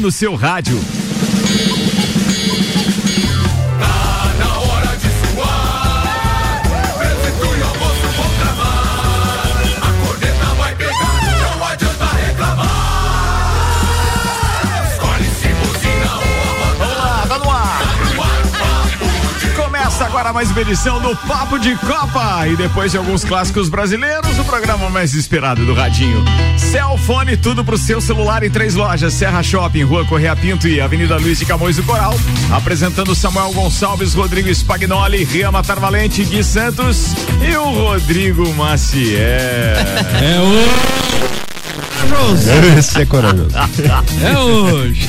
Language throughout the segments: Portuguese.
no seu rádio. Agora mais uma edição do Papo de Copa. E depois de alguns clássicos brasileiros, o programa mais esperado do radinho. Cellfone, tudo pro seu celular em 3 lojas: Serra Shopping, Rua Correia Pinto e Avenida Luiz de Camões do Coral. Apresentando Samuel Gonçalves, Rodrigo Spagnoli, Rian Matar Valente, Gui Santos e o Rodrigo Maciel. Esse é corajoso. É hoje.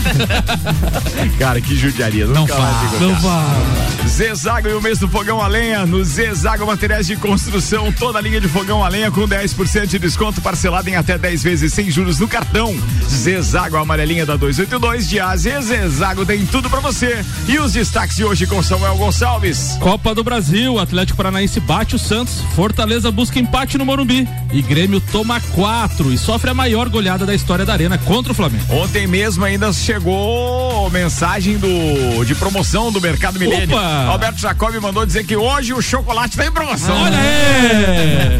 Cara, que judiaria. Não fala. Zezago e o mês do fogão a lenha. No Zezago Materiais de Construção, toda a linha de fogão a lenha com 10% de desconto, parcelado em até 10 vezes sem juros no cartão. Zezago, a amarelinha da 282 de AZ. Zezago tem tudo pra você. E os destaques de hoje com Samuel Gonçalves. Copa do Brasil, Atlético Paranaense bate o Santos, Fortaleza busca empate no Morumbi e Grêmio toma 4 e sofre a maior goleada da história da Arena contra o Flamengo. Ontem mesmo ainda chegou mensagem de promoção do Mercado Milênio. Alberto Jacob mandou dizer que hoje o chocolate tá em promoção. Olha aí!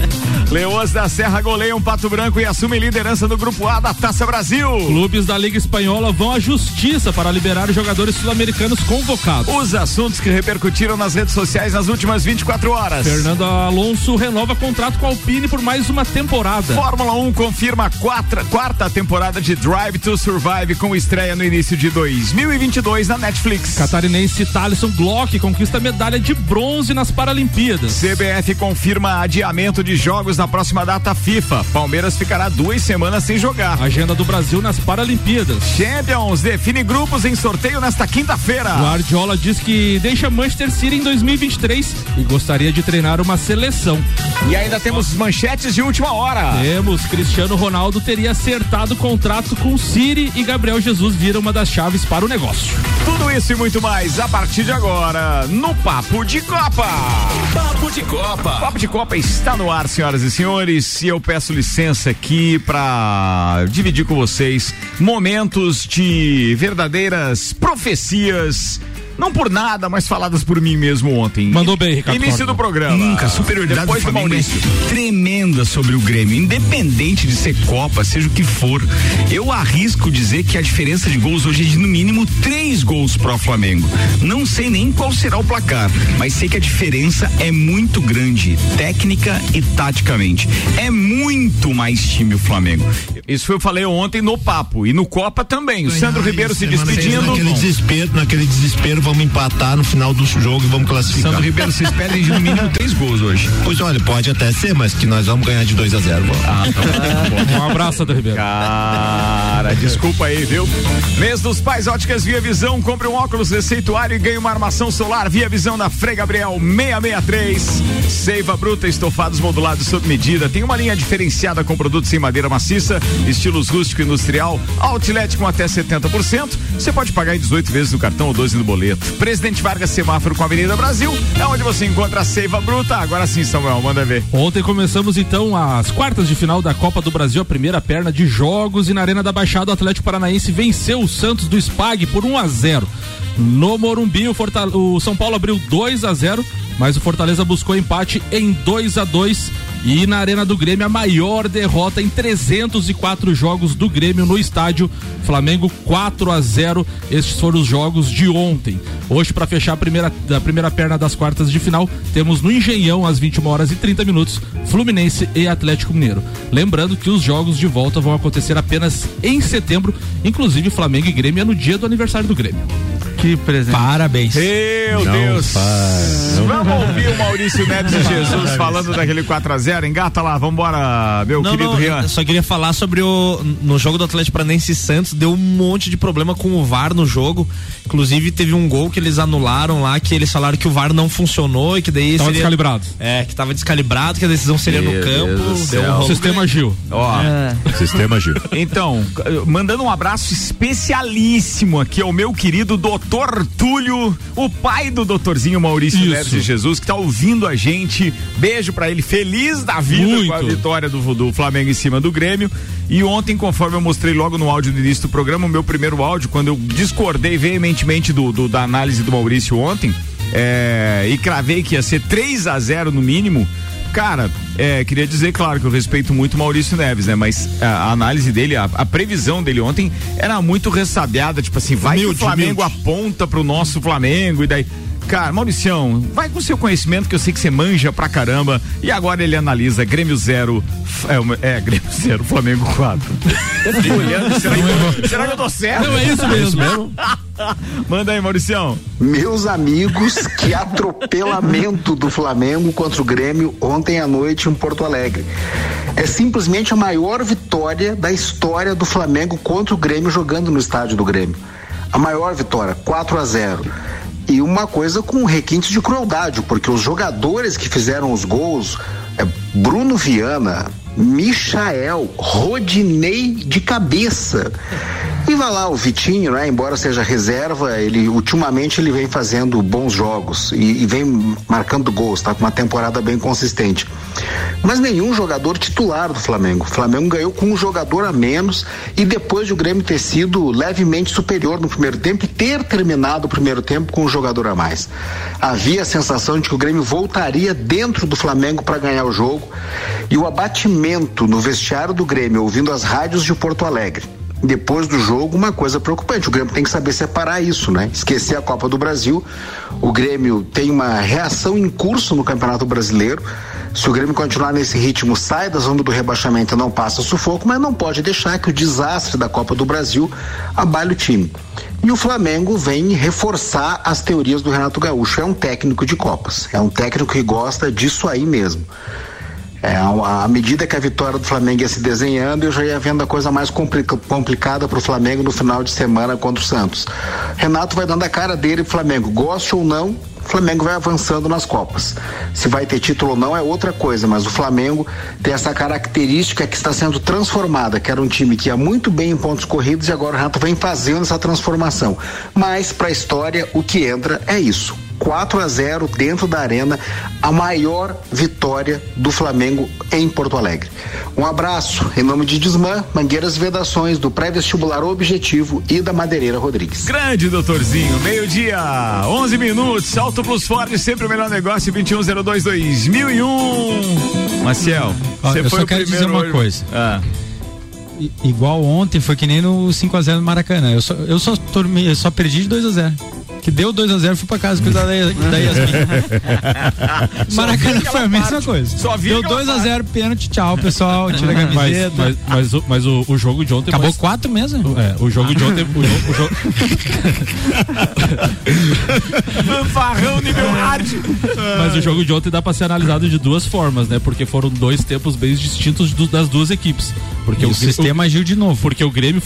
Leões da Serra goleiam Pato Branco e assumem liderança do Grupo A da Taça Brasil. Clubes da Liga Espanhola vão à justiça para liberar os jogadores sul-americanos convocados. Os assuntos que repercutiram nas redes sociais nas últimas 24 horas. Fernando Alonso renova contrato com a Alpine por mais uma temporada. Fórmula 1 confirma a quarta temporada de Drive to Survive com estreia no início de 2022 na Netflix. Catarinense Thalisson Glock conquista medalha de bronze nas Paralimpíadas. CBF confirma adiamento de jogos na próxima data FIFA. Palmeiras ficará 2 semanas sem jogar. Agenda do Brasil nas Paralimpíadas. Champions define grupos em sorteio nesta quinta-feira. Guardiola diz que deixa Manchester City em 2023 e gostaria de treinar uma seleção. E ainda temos manchetes de última hora. Temos: Cristiano Ronaldo teria acertado o contrato com City e Gabriel Jesus vira uma das chaves para o negócio. Tudo isso e muito mais a partir de agora no Papo de Copa. Papo de Copa. Papo de Copa está no ar, senhoras e senhores, e eu peço licença aqui para dividir com vocês momentos de verdadeiras profecias. Não por nada, mas faladas por mim mesmo ontem. Mandou bem, Ricardo. Início do programa. Nunca, superioridade depois do Flamengo Maurício. Tremenda sobre o Grêmio, independente de ser Copa, seja o que for. Eu arrisco dizer que a diferença de gols hoje é de no mínimo 3 gols pro Flamengo. Não sei nem qual será o placar, mas sei que a diferença é muito grande, técnica e taticamente. É muito mais time o Flamengo. Isso eu falei ontem no Papo e no Copa também. O Sandro Ribeiro se despedindo. Naquele desespero, vamos empatar no final do jogo e vamos classificar. Sandro Ribeiro, vocês pedem de no mínimo 3 gols hoje. Pois olha, pode até ser, mas que nós vamos ganhar de 2-0. Um abraço, Sandro Ribeiro. Cara, desculpa aí, viu? Mês dos Pais, Óticas Via Visão. Compre um óculos receituário e ganhe uma armação solar Via Visão na Frei Gabriel 663. Seiva Bruta, estofados modulados sob medida. Tem uma linha diferenciada com produtos em madeira maciça, estilos rústico e industrial, outlet com até 70%. Você pode pagar em 18 vezes no cartão ou 12 no boleto. Presidente Vargas, semáforo com a Avenida Brasil, é onde você encontra a Seiva Bruta. Agora sim, Samuel, manda ver. Ontem começamos então as quartas de final da Copa do Brasil, a primeira perna de jogos, e na Arena da Baixada o Atlético Paranaense venceu o Santos do Spag por 1-0. No Morumbi o São Paulo abriu 2-0, mas o Fortaleza buscou empate em 2-2. E na Arena do Grêmio, a maior derrota em 304 jogos do Grêmio no estádio, Flamengo 4-0. Estes foram os jogos de ontem. Hoje, para fechar a primeira perna das quartas de final, temos no Engenhão, às 21h30, Fluminense e Atlético Mineiro. Lembrando que os jogos de volta vão acontecer apenas em setembro, inclusive Flamengo e Grêmio é no dia do aniversário do Grêmio. Que presente. Parabéns. Meu Deus. Vamos ouvir o Maurício Neves de Jesus falando daquele 4-0. Engata lá, vambora, meu querido Rian. Eu só queria falar sobre no jogo do Atlético Paranaense e Santos, deu um monte de problema com o VAR no jogo. Inclusive teve um gol que eles anularam lá, que eles falaram que o VAR não funcionou e que daí tava descalibrado. Que tava descalibrado, que a decisão seria no campo. Deu um Sistema Gil. Sistema Gil. Então, mandando um abraço especialíssimo aqui ao meu querido doutor doutor Túlio, o pai do doutorzinho Maurício Neves de Jesus, que tá ouvindo a gente. Beijo pra ele, feliz da vida com a vitória do Flamengo em cima do Grêmio. E ontem, conforme eu mostrei logo no áudio do início do programa, o meu primeiro áudio, quando eu discordei veementemente da análise do Maurício ontem, e cravei que ia ser 3-0 no mínimo. Cara, queria dizer, claro, que eu respeito muito o Maurício Neves, né? Mas a análise dele, a previsão dele ontem era muito ressabiada, tipo assim, vai que o Flamengo aponta pro nosso Flamengo e daí... Cara, Mauricião, vai com o seu conhecimento, que eu sei que você manja pra caramba. E agora ele analisa Grêmio 0, Grêmio 0, Flamengo 4. Eu fico olhando, será que eu tô certo? Não, é isso mesmo. Manda aí, Mauricião. Meus amigos, que atropelamento do Flamengo contra o Grêmio ontem à noite em Porto Alegre. É simplesmente a maior vitória da história do Flamengo contra o Grêmio jogando no estádio do Grêmio. A maior vitória, 4-0. E uma coisa com requintes de crueldade, porque os jogadores que fizeram os gols, Bruno Viana, Michael, Rodinei de cabeça. E vai lá o Vitinho, né? Embora seja reserva, ultimamente ele vem fazendo bons jogos e vem marcando gols, tá? Com uma temporada bem consistente. Mas nenhum jogador titular do Flamengo. O Flamengo ganhou com um jogador a menos e depois de o Grêmio ter sido levemente superior no primeiro tempo e ter terminado o primeiro tempo com um jogador a mais. Havia a sensação de que o Grêmio voltaria dentro do Flamengo para ganhar o jogo, e o abatimento no vestiário do Grêmio, ouvindo as rádios de Porto Alegre depois do jogo, uma coisa preocupante. O Grêmio tem que saber separar isso, né? Esquecer a Copa do Brasil. O Grêmio tem uma reação em curso no Campeonato Brasileiro. Se o Grêmio continuar nesse ritmo, sai da zona do rebaixamento e não passa sufoco, mas não pode deixar que o desastre da Copa do Brasil abale o time. E o Flamengo vem reforçar as teorias do Renato Gaúcho. É um técnico de Copas, é um técnico que gosta disso aí mesmo. À medida que a vitória do Flamengo ia se desenhando, eu já ia vendo a coisa mais complicada para o Flamengo no final de semana contra o Santos. Renato vai dando a cara dele pro Flamengo, goste ou não, o Flamengo vai avançando nas Copas. Se vai ter título ou não é outra coisa, mas o Flamengo tem essa característica que está sendo transformada, que era um time que ia muito bem em pontos corridos e agora o Renato vem fazendo essa transformação. Mas para a história, o que entra é isso. 4-0 dentro da Arena, a maior vitória do Flamengo em Porto Alegre. Um abraço em nome de Desmã, Mangueiras e Vedações, do Pré-Vestibular Objetivo e da Madeireira Rodrigues. Grande doutorzinho, meio-dia, 11 minutos, Auto Plus Ford, sempre o melhor negócio, 2102-2001. Maciel, você foi o primeiro. Eu só quero dizer uma coisa. Igual ontem, foi que nem no 5-0 no Maracanã. Eu só perdi de 2-0. Que deu 2-0, fui pra casa cuidar da Yasmin. Maracanã foi a mesma coisa. Deu 2-0, pênalti, tchau, pessoal, tira a camiseta. Mas o jogo de ontem... Acabou 4 mesmo? O jogo de ontem... Fanfarrão nível hard. Mas o jogo de ontem dá pra ser analisado de duas formas, né? Porque foram dois tempos bem distintos das duas equipes. Porque o sistema agiu de novo. Porque o Grêmio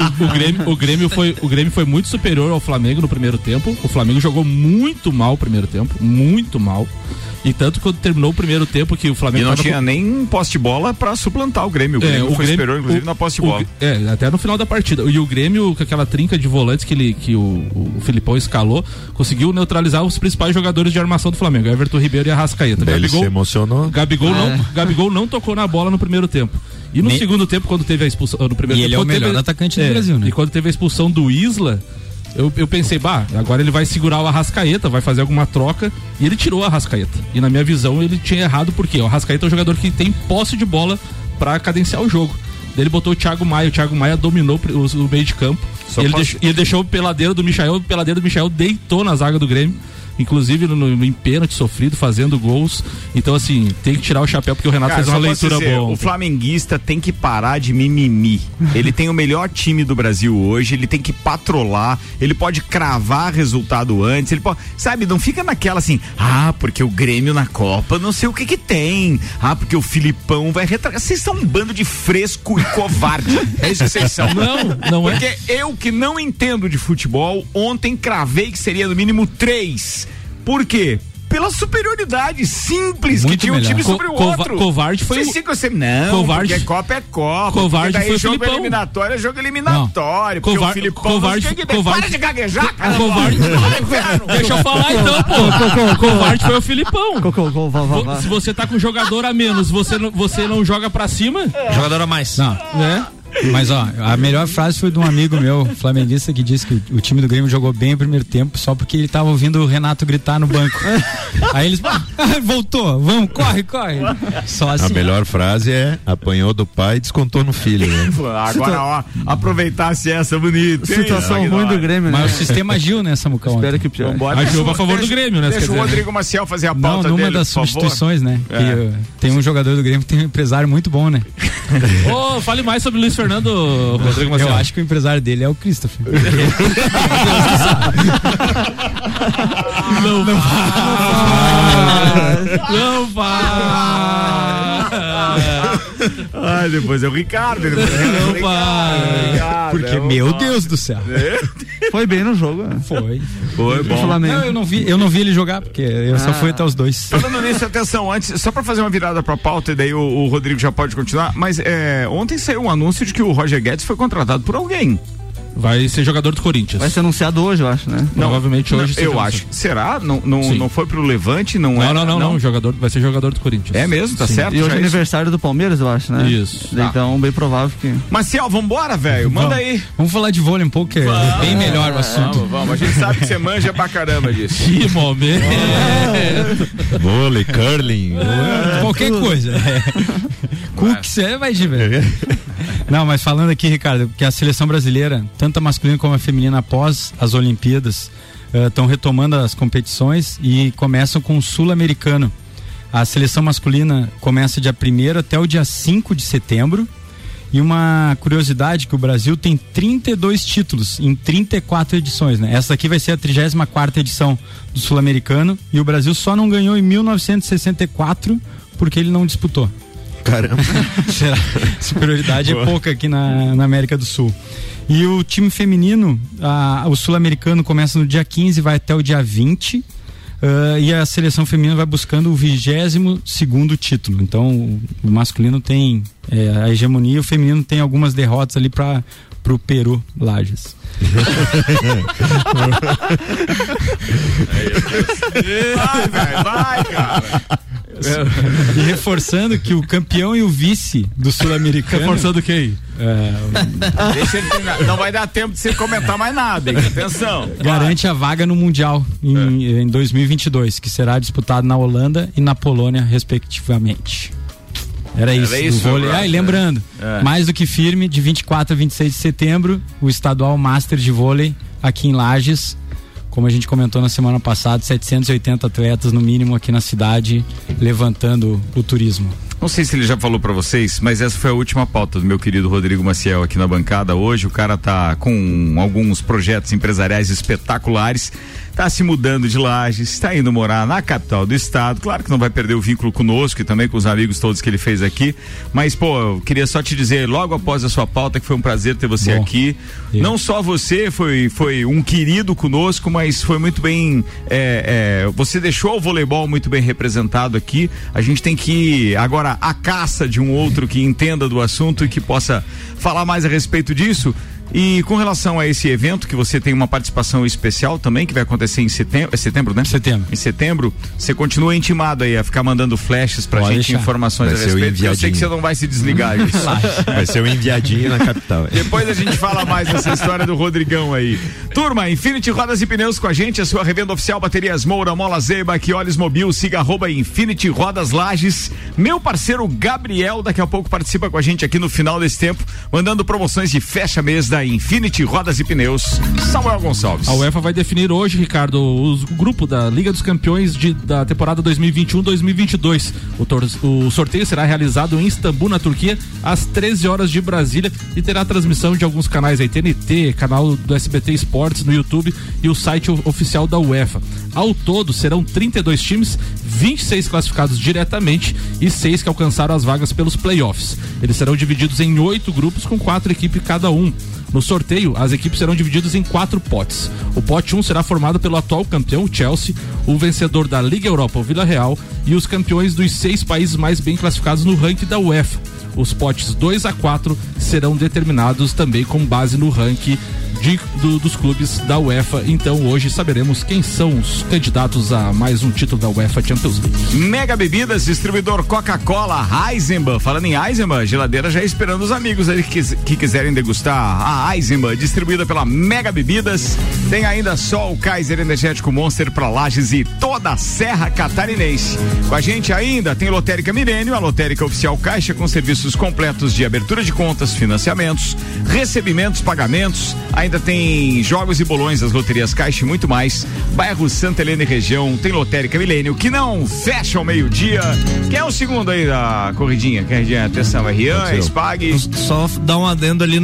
foi muito superior ao Flamengo no primeiro tempo. O Flamengo jogou muito mal o primeiro tempo, muito mal. E tanto quando terminou o primeiro tempo que o Flamengo... E não tinha nem posse de bola pra suplantar o Grêmio. O Grêmio foi superior, inclusive, na posse de bola. Até no final da partida. E o Grêmio, com aquela trinca de volantes que o Filipão escalou, conseguiu neutralizar os principais jogadores de armação do Flamengo, Everton Ribeiro e Arrascaeta. Ele se emocionou. Gabigol não tocou na bola no primeiro tempo. E no segundo tempo, quando teve a expulsão... No primeiro tempo, ele é o melhor atacante do Brasil, né? E quando teve a expulsão do Isla... Eu pensei, agora ele vai segurar o Arrascaeta, vai fazer alguma troca, e ele tirou o Arrascaeta. E na minha visão ele tinha errado, porque o Arrascaeta é um jogador que tem posse de bola pra cadenciar o jogo. Daí ele botou o Thiago Maia dominou o meio de campo, e ele deixou o peladeiro do Michael deitou na zaga do Grêmio. Inclusive em pênalti sofrido, fazendo gols. Então, assim, tem que tirar o chapéu porque o Renato fez uma leitura boa. O flamenguista tem que parar de mimimi. Ele tem o melhor time do Brasil hoje, ele tem que patrolar, ele pode cravar resultado antes, ele pode, sabe, não fica naquela assim, porque o Grêmio na Copa, não sei o que tem, porque o Filipão vai retratar. Vocês são um bando de fresco e covarde. É isso que vocês são. Não é. Porque eu que não entendo de futebol, ontem cravei que seria no mínimo 3. Por quê? pela superioridade simples Muito que tinha um melhor. time sobre o outro. Covarde foi Não, Covarde- porque Copa é Copa. Covarde porque daí foi o jogo Filipão. eliminatório é jogo eliminatório. Porque Covar- o Filipão covarde- para de gaguejar, cara. Covarde. Deixa eu falar então, pô. Covarde foi o Filipão. Se você tá com um jogador a menos, você não joga pra cima? Jogador a mais. Não. Né? Mas ó, a melhor frase foi de um amigo meu, flamenguista, que disse que o time do Grêmio jogou bem o primeiro tempo só porque ele tava ouvindo o Renato gritar no banco. Aí eles, voltou, vamos, corre. Só assim. A melhor frase é: apanhou do pai e descontou no filho, né? Agora, ó, aproveitasse essa bonita. Situação ruim do Grêmio, né? Mas o sistema agiu, né, Samucão? Espero que pior. Vambora. Agiu a favor do Grêmio, né? Deixa o Rodrigo Maciel fazer a pauta Não, numa dele, das por favor. substituições, né? Que, tem um jogador do Grêmio que tem um empresário muito bom, né? Ô, fale mais sobre o Luiz Fernando, Rodrigo Maciel. Eu acho que o empresário dele é o Christopher. Não vai. Ai, depois é o Ricardo. Não vai. Porque, meu Deus do céu. Foi bem no jogo, né? Foi. Foi bom. Flamengo. Não, eu não vi ele jogar, porque eu só fui até os dois. Falando nisso, atenção, antes, só pra fazer uma virada pra pauta, e daí o Rodrigo já pode continuar, mas ontem saiu um anúncio de que o Roger Guedes foi contratado por alguém. Vai ser jogador do Corinthians. Vai ser anunciado hoje, eu acho, né? Provavelmente hoje. Não, eu acho. Será? Não foi pro Levante? Não, Vai ser jogador do Corinthians. É mesmo, tá Sim. certo? E hoje já é isso? aniversário do Palmeiras, eu acho, né? Isso. Então, bem provável que... Marcial, vambora, velho. Manda aí. Vamos falar de vôlei um pouco, que é bem melhor o assunto. Vamos. A gente sabe que você manja pra caramba disso. Que momento. Vôlei, curling. Qualquer coisa. Cookies, vai de ver. Não, mas falando aqui, Ricardo, que a seleção brasileira, tanto a masculina como a feminina, após as Olimpíadas, estão retomando as competições e começam com o Sul-Americano. A seleção masculina começa dia 1º até o dia 5 de setembro. E uma curiosidade, que o Brasil tem 32 títulos em 34 edições, né? Essa aqui vai ser a 34ª edição do Sul-Americano e o Brasil só não ganhou em 1964 porque ele não disputou. Caramba. Será? Superioridade é pouca aqui na América do Sul. E o time feminino, o sul-americano começa no dia 15 e vai até o dia 20. E a seleção feminina vai buscando o 22º título. Então o masculino tem a hegemonia, o feminino tem algumas derrotas ali pro Peru, Lages. Vai, cara. E reforçando que o campeão e o vice do sul-americano. Reforçando quem? Deixa ele terminar. Não vai dar tempo de você comentar mais nada, hein? Atenção. Garante a vaga no Mundial em 2022, que será disputado na Holanda e na Polônia, respectivamente. Era isso. isso, vôlei. E lembrando, mais do que firme, de 24 a 26 de setembro, o estadual Master de vôlei aqui em Lages. Como a gente comentou na semana passada, 780 atletas no mínimo aqui na cidade, levantando o turismo. Não sei se ele já falou pra vocês, mas essa foi a última pauta do meu querido Rodrigo Maciel aqui na bancada hoje. O cara tá com alguns projetos empresariais espetaculares, tá se mudando de Lages, está indo morar na capital do estado. Claro que não vai perder o vínculo conosco e também com os amigos todos que ele fez aqui, mas pô, eu queria só te dizer logo após a sua pauta que foi um prazer ter você aqui. Não só você foi um querido conosco, mas foi muito bem, você deixou o voleibol muito bem representado aqui. A gente tem que agora a caça de um outro que entenda do assunto e que possa falar mais a respeito disso. E com relação a esse evento, que você tem uma participação especial também, que vai acontecer em setembro, né? Setembro. Em setembro, você continua intimado aí a ficar mandando flashes pra Pode gente, deixar. informações Vai a ser o respeito, porque eu sei que enviadinho. você não vai se desligar disso. Vai ser o enviadinho na capital. Depois a gente fala mais dessa história do Rodrigão aí. Turma, Infinity Rodas e Pneus com a gente, a sua revenda oficial Baterias Moura, Mola Zeiba, Olhos Mobil, siga @Infinity Rodas Lages. Meu parceiro Gabriel daqui a pouco participa com a gente aqui no final desse tempo, mandando promoções de fecha mês da Infinity Rodas e Pneus. Samuel Gonçalves. A UEFA vai definir hoje, Ricardo, o grupo da Liga dos Campeões da temporada 2021-2022. O sorteio será realizado em Istambul, na Turquia, às 13 horas de Brasília e terá transmissão de alguns canais aí, TNT, canal do SBT Esportes no YouTube e o site oficial da UEFA. Ao todo serão 32 times, 26 classificados diretamente e 6 que alcançaram as vagas pelos playoffs. Eles serão divididos em 8 grupos com 4 equipes cada um. No sorteio, as equipes serão divididas em 4 potes. O pote 1 será formado pelo atual campeão, o Chelsea, o vencedor da Liga Europa, o Villarreal, e os campeões dos 6 países mais bem classificados no ranking da UEFA. Os potes 2 a 4 serão determinados também com base no ranking dos clubes da UEFA. Então hoje saberemos quem são os candidatos a mais um título da UEFA Champions League. Mega Bebidas, distribuidor Coca-Cola, Eisenbahn. Falando em Eisenbahn, geladeira já esperando os amigos aí que quiserem degustar a Eisenbahn, distribuída pela Mega Bebidas. Tem ainda só o Kaiser Energético Monster para Lages e toda a Serra Catarinense. Com a gente ainda tem Lotérica Milênio, a lotérica oficial Caixa, com serviços completos de abertura de contas, financiamentos, recebimentos, pagamentos. Ainda tem jogos e bolões das loterias Caixa e muito mais. Bairro Santa Helena e região tem Lotérica Milênio, que não fecha ao meio-dia. Quem é o segundo aí da corridinha? Atenção, é Rian, é Spag. Só dar um adendo ali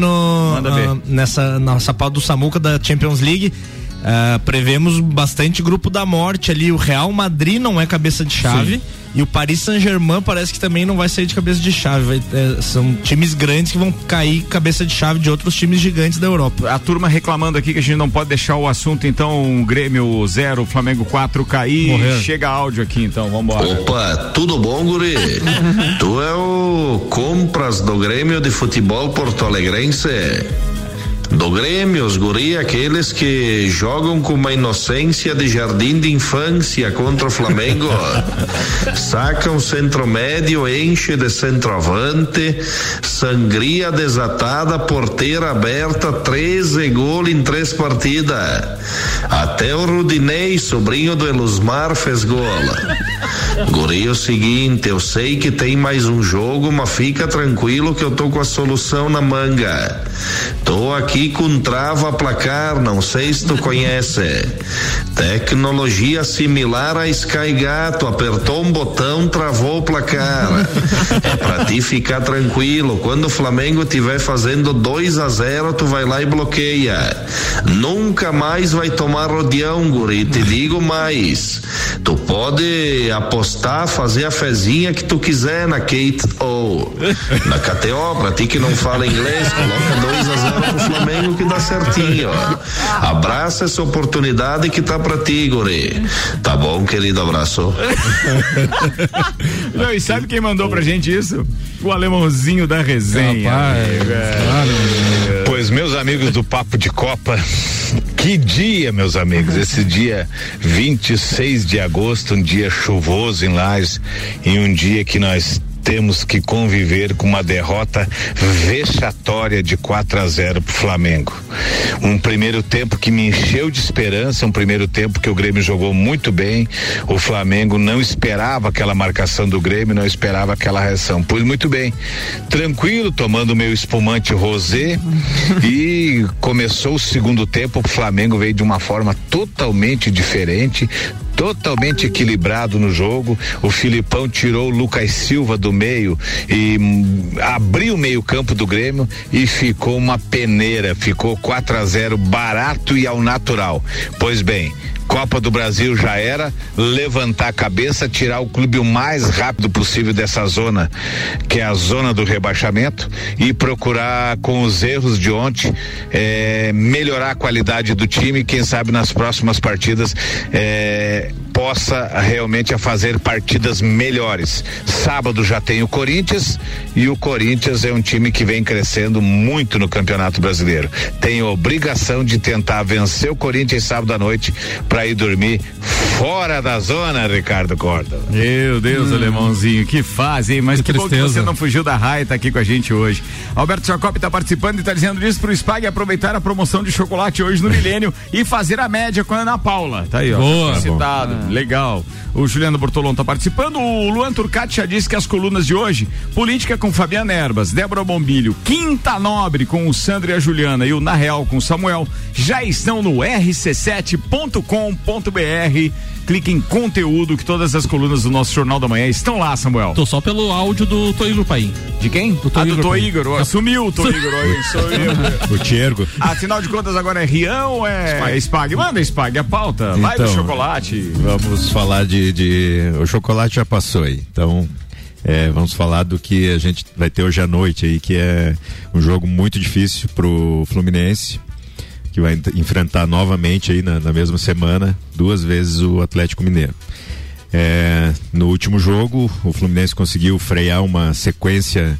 nessa pauta do Samuca da Champions League. Prevemos bastante grupo da morte ali. O Real Madrid não é cabeça de chave. Sim. E o Paris Saint-Germain parece que também não vai sair de cabeça de chave. São times grandes que vão cair cabeça de chave de outros times gigantes da Europa. A turma reclamando aqui que a gente não pode deixar o assunto, então, Grêmio 0, Flamengo 4 cair. Morrer. Chega áudio aqui, então, vambora. Opa, tudo bom, guri? Tu é o compras do Grêmio de Futebol Porto Alegrense? Do Grêmio, os guri, aqueles que jogam com uma inocência de jardim de infância contra o Flamengo. Sacam centro médio, enche de centroavante, sangria desatada, porteira aberta, 13 gols em 3 partidas. Até o Rudinei, sobrinho do Elusmar, fez gol. Guri, é o seguinte, eu sei que tem mais um jogo, mas fica tranquilo que eu tô com a solução na manga. Tô aqui com trava placar, não sei se tu conhece. Tecnologia similar a Sky Gato, apertou um botão, travou o placar. É pra ti ficar tranquilo, quando o Flamengo tiver fazendo 2-0, tu vai lá e bloqueia. Nunca mais vai tomar rodeão, guri, te digo mais. Tu pode apostar, fazer a fezinha que tu quiser na Kate ou na KTO, pra ti que não fala inglês, coloca 2-0 pro Flamengo que dá certinho. Abraça essa oportunidade que tá pra ti, guri. Tá bom, querido, abraço. Não, e sabe quem mandou pra gente isso? O alemãozinho da resenha. Pois, meus amigos do Papo de Copa, que dia, meus amigos, esse dia 26 de agosto, um dia chuvoso em Lages, e um dia que nós temos que conviver com uma derrota vexatória de 4-0 pro Flamengo. Um primeiro tempo que me encheu de esperança, um primeiro tempo que o Grêmio jogou muito bem, o Flamengo não esperava aquela marcação do Grêmio, não esperava aquela reação. Pois muito bem, tranquilo, tomando meu espumante rosé, e começou o segundo tempo, o Flamengo veio de uma forma totalmente diferente, totalmente equilibrado no jogo. O Filipão tirou o Lucas Silva do meio e abriu o meio campo do Grêmio e ficou uma peneira, ficou 4-0 barato e ao natural. Pois bem, Copa do Brasil já era, levantar a cabeça, tirar o clube o mais rápido possível dessa zona, que é a zona do rebaixamento, e procurar, com os erros de ontem, melhorar a qualidade do time, quem sabe nas próximas partidas possa realmente fazer partidas melhores. Sábado já tem o Corinthians, e o Corinthians é um time que vem crescendo muito no Campeonato Brasileiro. Tem a obrigação de tentar vencer o Corinthians sábado à noite para ir dormir fora da zona, Ricardo Córdoba. Meu Deus, alemãozinho, que fase, hein? Mas que bom que você não fugiu da raia e tá aqui com a gente hoje. Alberto Jacob tá participando e tá dizendo isso pro Spag aproveitar a promoção de chocolate hoje no Milênio e fazer a média com a Ana Paula. Tá aí, ó. Boa, citado. Legal. O Juliano Bortolão tá participando. O Luan Turcati já disse que as colunas de hoje, Política com Fabiana Erbas, Débora Bombilho, Quinta Nobre com o Sandro e a Juliana e o Na Real com o Samuel, já estão no rc7.com.br. clique em conteúdo, que todas as colunas do nosso Jornal da Manhã estão lá, Samuel. Tô só pelo áudio do Toigor Paim. De quem? Do Toigor. Sumiu o Toigor hoje. Sou eu. O Tiergo. Afinal de contas, agora é Rian ou é Spag? Manda, Spag, a pauta. Vai do chocolate. Vamos falar o chocolate já passou aí. Então, vamos falar do que a gente vai ter hoje à noite aí, que é um jogo muito difícil pro Fluminense, que vai enfrentar novamente aí na mesma semana 2 vezes o Atlético Mineiro. No último jogo, o Fluminense conseguiu frear uma sequência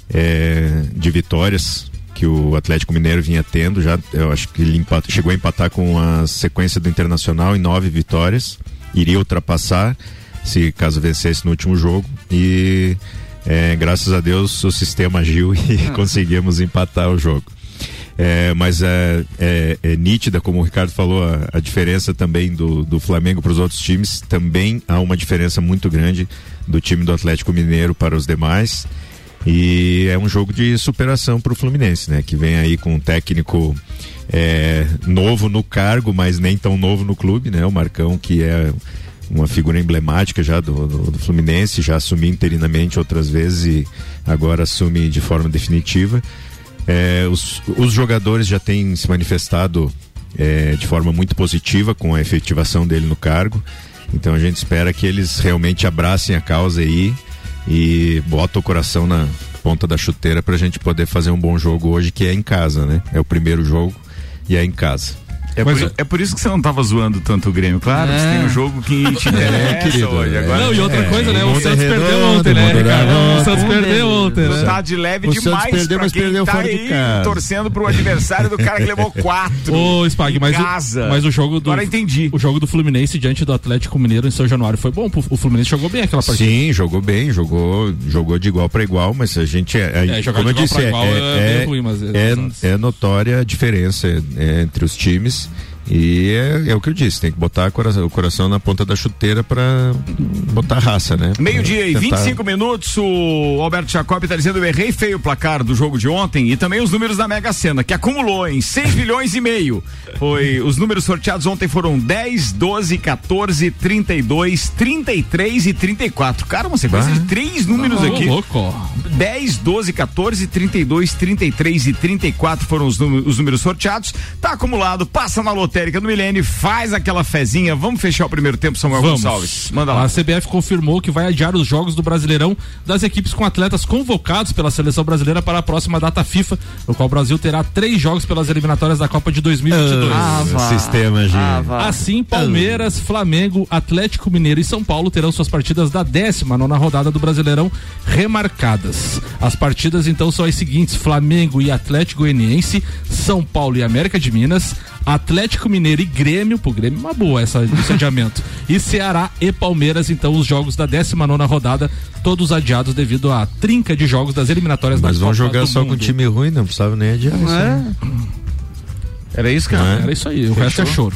de vitórias que o Atlético Mineiro vinha tendo. Eu acho que ele chegou a empatar com a sequência do Internacional em 9 vitórias, iria ultrapassar se caso vencesse no último jogo, e graças a Deus o sistema agiu e conseguimos empatar o jogo. Mas é nítida, como o Ricardo falou, a diferença também do Flamengo para os outros times. Também há uma diferença muito grande do time do Atlético Mineiro para os demais, e é um jogo de superação para o Fluminense, né? Que vem aí com um técnico novo no cargo, mas nem tão novo no clube, né? O Marcão, que é uma figura emblemática já do Fluminense, já assumiu interinamente outras vezes e agora assume de forma definitiva. Os jogadores já têm se manifestado de forma muito positiva com a efetivação dele no cargo, então a gente espera que eles realmente abracem a causa aí e botem o coração na ponta da chuteira pra gente poder fazer um bom jogo hoje, que é em casa, né? É o primeiro jogo e é em casa. É por isso que você não tava zoando tanto o Grêmio. Claro, você tem um jogo que te interessa hoje. Agora, não, e outra coisa, né? O Santos perdeu ontem, né, Ricardo? O Santos perdeu ontem, né? Tá de leve demais perdeu, pra quem tá aí torcendo pro adversário do cara que levou 4. Ô, Spag, mas o jogo do... Agora entendi. O jogo do Fluminense diante do Atlético Mineiro em São Januário foi bom. O Fluminense jogou bem aquela partida. Sim, jogou bem, jogou de igual para igual, mas a gente como eu disse, é notória a diferença entre os times. E é o que eu disse, tem que botar o coração na ponta da chuteira pra botar raça, né? Meio-dia e 25 minutos, o Alberto Jacob tá dizendo: eu errei feio o placar do jogo de ontem e também os números da Mega Sena, que acumulou em 6 milhões e meio. Os números sorteados ontem foram 10, 12, 14, 32, 33 e 34. Cara, uma sequência de 3 números aqui. Louco. 10, 12, 14, 32, 33 e 34 foram os números sorteados. Tá acumulado, passa na lotérica do Milênio, faz aquela fezinha. Vamos fechar o primeiro tempo, Samuel Gonçalves. Manda lá. A CBF confirmou que vai adiar os jogos do Brasileirão das equipes com atletas convocados pela seleção brasileira para a próxima data FIFA, no qual o Brasil terá 3 jogos pelas eliminatórias da Copa de 2022. Sistema, gente. Assim, Palmeiras, Flamengo, Atlético Mineiro e São Paulo terão suas partidas da 19ª rodada do Brasileirão remarcadas. As partidas então são as seguintes: Flamengo e Atlético Goianiense, São Paulo e América de Minas, Atlético Mineiro e Grêmio, pro Grêmio uma boa esse adiamento, e Ceará e Palmeiras. Então os jogos da 19ª rodada, todos adiados devido à trinca de jogos das eliminatórias da Copa do Mundo. Mas vão jogar só com time ruim, não precisava nem adiar isso, né? Era isso, cara? Era isso aí, o resto é choro.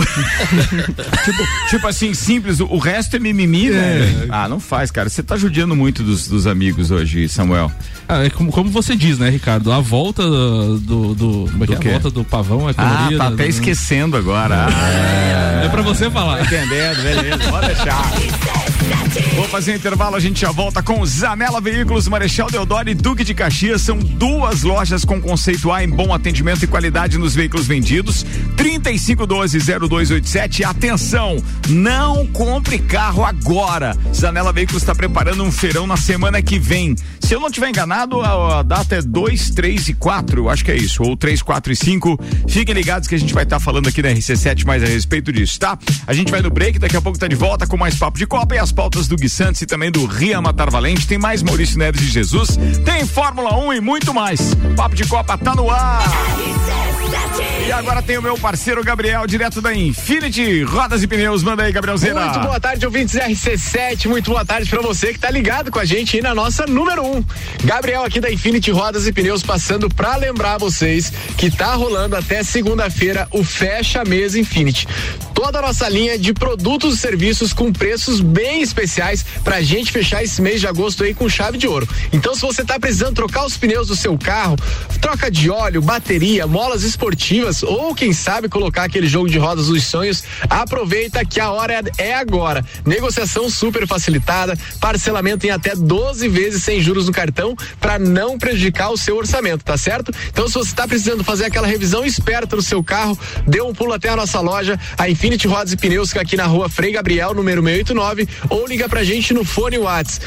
tipo assim, simples, o resto é mimimi, né? Não faz, cara. Você tá judiando muito dos amigos hoje, Samuel. É como você diz, né, Ricardo? A volta como é que é? A volta do pavão é colorida. Tá até esquecendo agora. É pra você falar. Entendendo, beleza, pode deixar. Vou fazer um intervalo, a gente já volta com Zanela Veículos, Marechal Deodoro e Duque de Caxias. São 2 lojas com conceito A em bom atendimento e qualidade nos veículos vendidos. 3512-0287. Atenção, não compre carro agora. Zanela Veículos está preparando um feirão na semana que vem. Se eu não tiver enganado, a data é 2, 3 e 4, eu acho que é isso, ou 3, 4 e 5. Fiquem ligados que a gente vai estar falando aqui na RC7 mais a respeito disso, tá? A gente vai no break, daqui a pouco tá de volta com mais papo de Copa e as pautas do Gui Santos e também do Rian Matar Valente. Tem mais Maurício Neves de Jesus, tem Fórmula 1 e muito mais. Papo de Copa tá no ar. E agora tem o meu parceiro Gabriel, direto da Infinity Rodas e Pneus. Manda aí, Gabriel Zena. Muito boa tarde, ouvintes RC7. Muito boa tarde pra você que tá ligado com a gente aí na nossa número 1. Gabriel aqui da Infinity Rodas e Pneus, passando pra lembrar vocês que tá rolando até segunda-feira o Fecha Mês Infinity. Toda a nossa linha de produtos e serviços com preços bem específicos especiais pra gente fechar esse mês de agosto aí com chave de ouro. Então, se você tá precisando trocar os pneus do seu carro, troca de óleo, bateria, molas esportivas ou quem sabe colocar aquele jogo de rodas dos sonhos, aproveita que a hora é agora. Negociação super facilitada, parcelamento em até 12 vezes sem juros no cartão para não prejudicar o seu orçamento, tá certo? Então, se você tá precisando fazer aquela revisão esperta no seu carro, dê um pulo até a nossa loja, a Infinity Rodas e Pneus, que é aqui na rua Frei Gabriel, número 689, ou liga pra gente no fone WhatsApp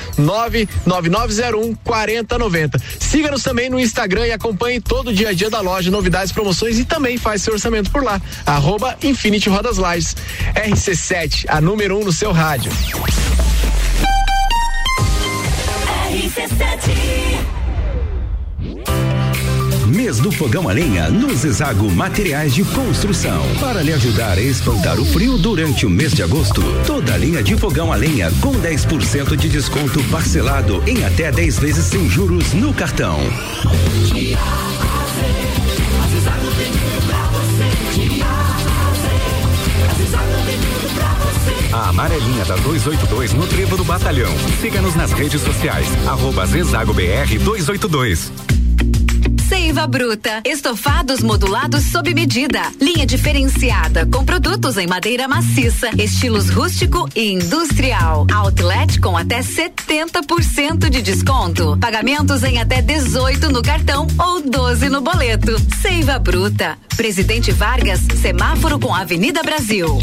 99901-4090. Siga-nos também no Instagram e acompanhe todo o dia a dia da loja, novidades, promoções e também faz seu orçamento por lá. @Infinity Rodas Lages. RC7, a número 1 no seu rádio. RC7. Mês do fogão a lenha no Zezago Materiais de Construção. Para lhe ajudar a espantar o frio durante o mês de agosto, toda a linha de fogão a lenha com 10% de desconto parcelado em até 10 vezes sem juros no cartão. A amarelinha da 282 no Trevo do Batalhão. Siga-nos nas redes sociais, @ZezagoBR 282. Seiva Bruta, estofados modulados sob medida, linha diferenciada com produtos em madeira maciça, estilos rústico e industrial. Outlet com até 70% de desconto. Pagamentos em até 18 no cartão ou 12 no boleto. Seiva Bruta, Presidente Vargas, semáforo com Avenida Brasil.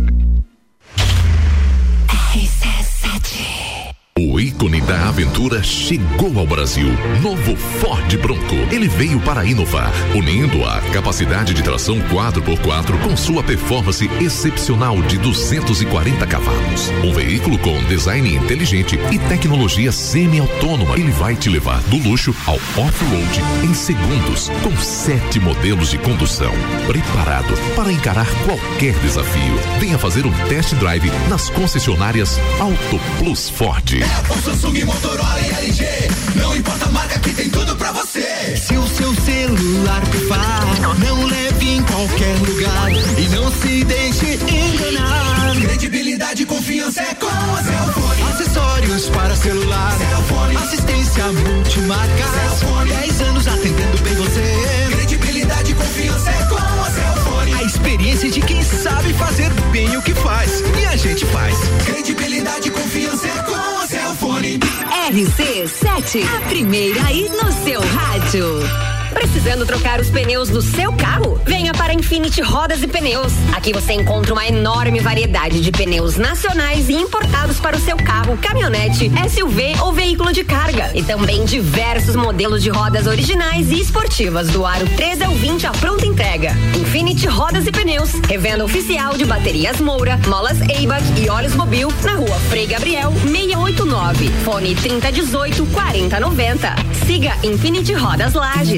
O ícone da aventura chegou ao Brasil. Novo Ford Bronco. Ele veio para inovar, unindo a capacidade de tração 4x4 com sua performance excepcional de 240 cavalos. Um veículo com design inteligente e tecnologia semi-autônoma. Ele vai te levar do luxo ao off-road em segundos, com 7 modelos de condução. Preparado para encarar qualquer desafio. Venha fazer um test drive nas concessionárias Auto Plus Ford. Apple, Samsung, Motorola e LG. Não importa a marca, que tem tudo pra você. Se o seu celular pifar, não leve em qualquer lugar e não se deixe enganar. Credibilidade e confiança é com a Cellfone. Acessórios para celular, Cellfone. Assistência multimarca, Cellfone. 10 anos atendendo bem você. Credibilidade e confiança é com a Cellfone. A experiência de quem sabe fazer bem o que faz. E a gente faz. Credibilidade e confiança é com a Cellfone. RC7, a primeira aí no seu rádio. Precisando trocar os pneus do seu carro? Venha para Infinity Rodas e Pneus. Aqui você encontra uma enorme variedade de pneus nacionais e importados para o seu carro, caminhonete, SUV ou veículo de carga. E também diversos modelos de rodas originais e esportivas, do aro 13 ao 20 à pronta entrega. Infinity Rodas e Pneus, revenda oficial de baterias Moura, molas Eibach e óleos Mobil, na rua Frei Gabriel 689. Fone 3018-4090. Siga Infinity Rodas Lages.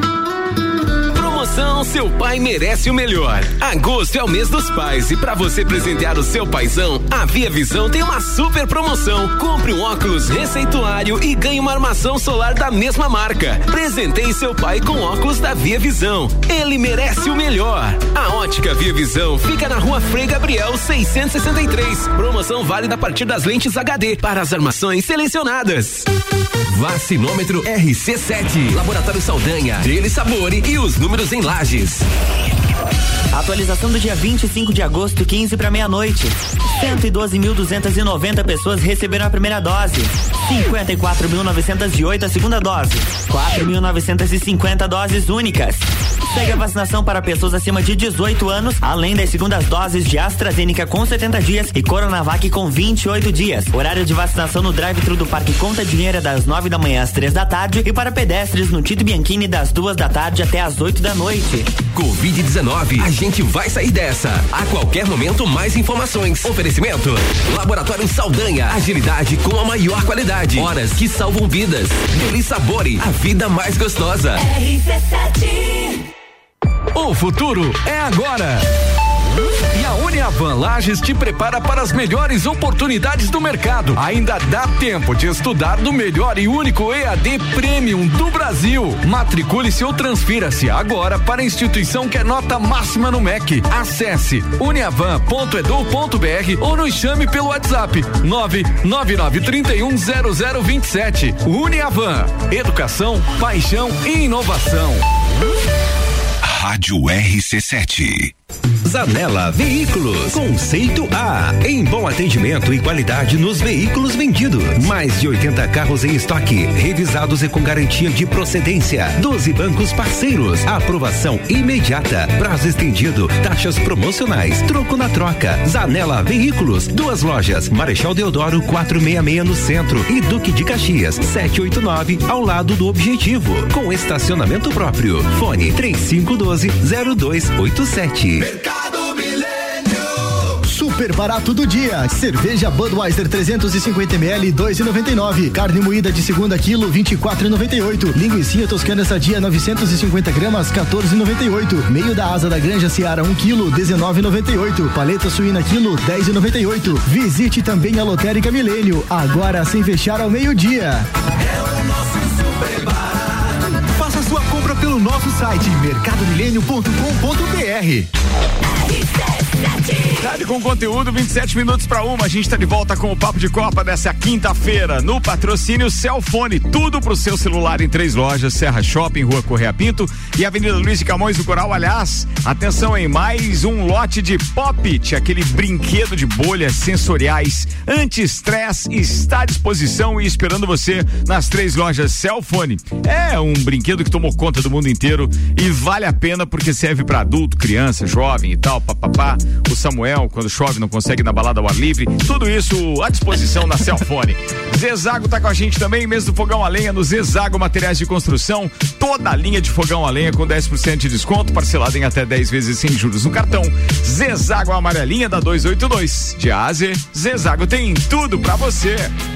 Promoção Seu Pai Merece o Melhor. Agosto é o mês dos pais e para você presentear o seu paizão, a Via Visão tem uma super promoção. Compre um óculos receituário e ganhe uma armação solar da mesma marca. Presenteie seu pai com óculos da Via Visão. Ele merece o melhor. A Ótica Via Visão fica na rua Frei Gabriel 663. Promoção válida a partir das lentes HD para as armações selecionadas. Vacinômetro RC7. Laboratório Saldanha, Dele Sabore e os números em Lages. Atualização do dia 25 de agosto, 15 para meia-noite. 112.290 pessoas receberam a primeira dose. 54.908 a segunda dose. 4.950 doses únicas. Segue a vacinação para pessoas acima de 18 anos, além das segundas doses de AstraZeneca com 70 dias e Coronavac com 28 dias. Horário de vacinação no drive-thru do Parque Conta Dinheiro é das 9 da manhã às 3 da tarde e para pedestres no Tito Bianchini das 2 da tarde até às 8 da noite. Covid-19, a gente vai sair dessa. A qualquer momento, mais informações. Oferecimento: Laboratório Saldanha, agilidade com a maior qualidade. Horas que salvam vidas. Deli Sabore, a vida mais gostosa. RC7. O futuro é agora. E a Uniavan Lages te prepara para as melhores oportunidades do mercado. Ainda dá tempo de estudar no melhor e único EAD Premium do Brasil. Matricule-se ou transfira-se agora para a instituição que é nota máxima no MEC. Acesse uniavan.edu.br ou nos chame pelo WhatsApp 999310027. Uniavan, educação, paixão e inovação. Rádio RC7. Zanela Veículos, conceito A, em bom atendimento e qualidade nos veículos vendidos. Mais de 80 carros em estoque, revisados e com garantia de procedência. 12 bancos parceiros, aprovação imediata, prazo estendido, taxas promocionais, troco na troca. Zanela Veículos, 2 lojas, Marechal Deodoro 466 no centro e Duque de Caxias 789 ao lado do Objetivo, com estacionamento próprio. Fone 3512-0287. Mercado Milênio. Super barato do dia. Cerveja Budweiser 350 ml 2,99. Carne moída de segunda quilo 24,98. Linguiça toscana sadia 950 gramas 14,98. Meio da asa da Granja Seara 1 quilo 19,98. Paleta suína quilo 10,98. Visite também a Lotérica Milênio, agora sem fechar ao meio-dia. É o nosso super barato. Faça sua compra pelo nosso site mercadomilênio.com.br. Tarde com conteúdo, 27 minutos para 1. A gente está de volta com o Papo de Copa dessa quinta-feira. No patrocínio Celfone, tudo pro seu celular em 3 lojas: Serra Shopping, Rua Correia Pinto e Avenida Luiz de Camões do Coral. Aliás, atenção em mais um lote de Pop-It, aquele brinquedo de bolhas sensoriais anti-estresse, está à disposição e esperando você nas 3 lojas Celfone. É um brinquedo que tomou conta do mundo inteiro e vale a pena porque serve para adulto, criança, jovem e tal, papapá. O Samuel, quando chove, não consegue ir na balada ao ar livre. Tudo isso à disposição na Celfone. Zezago tá com a gente também, mês do fogão a lenha no Zezago Materiais de Construção. Toda a linha de fogão a lenha com 10% de desconto, parcelado em até 10 vezes sem juros no cartão. Zezago amarelinha da 282. De A a Z, Zezago tem tudo pra você.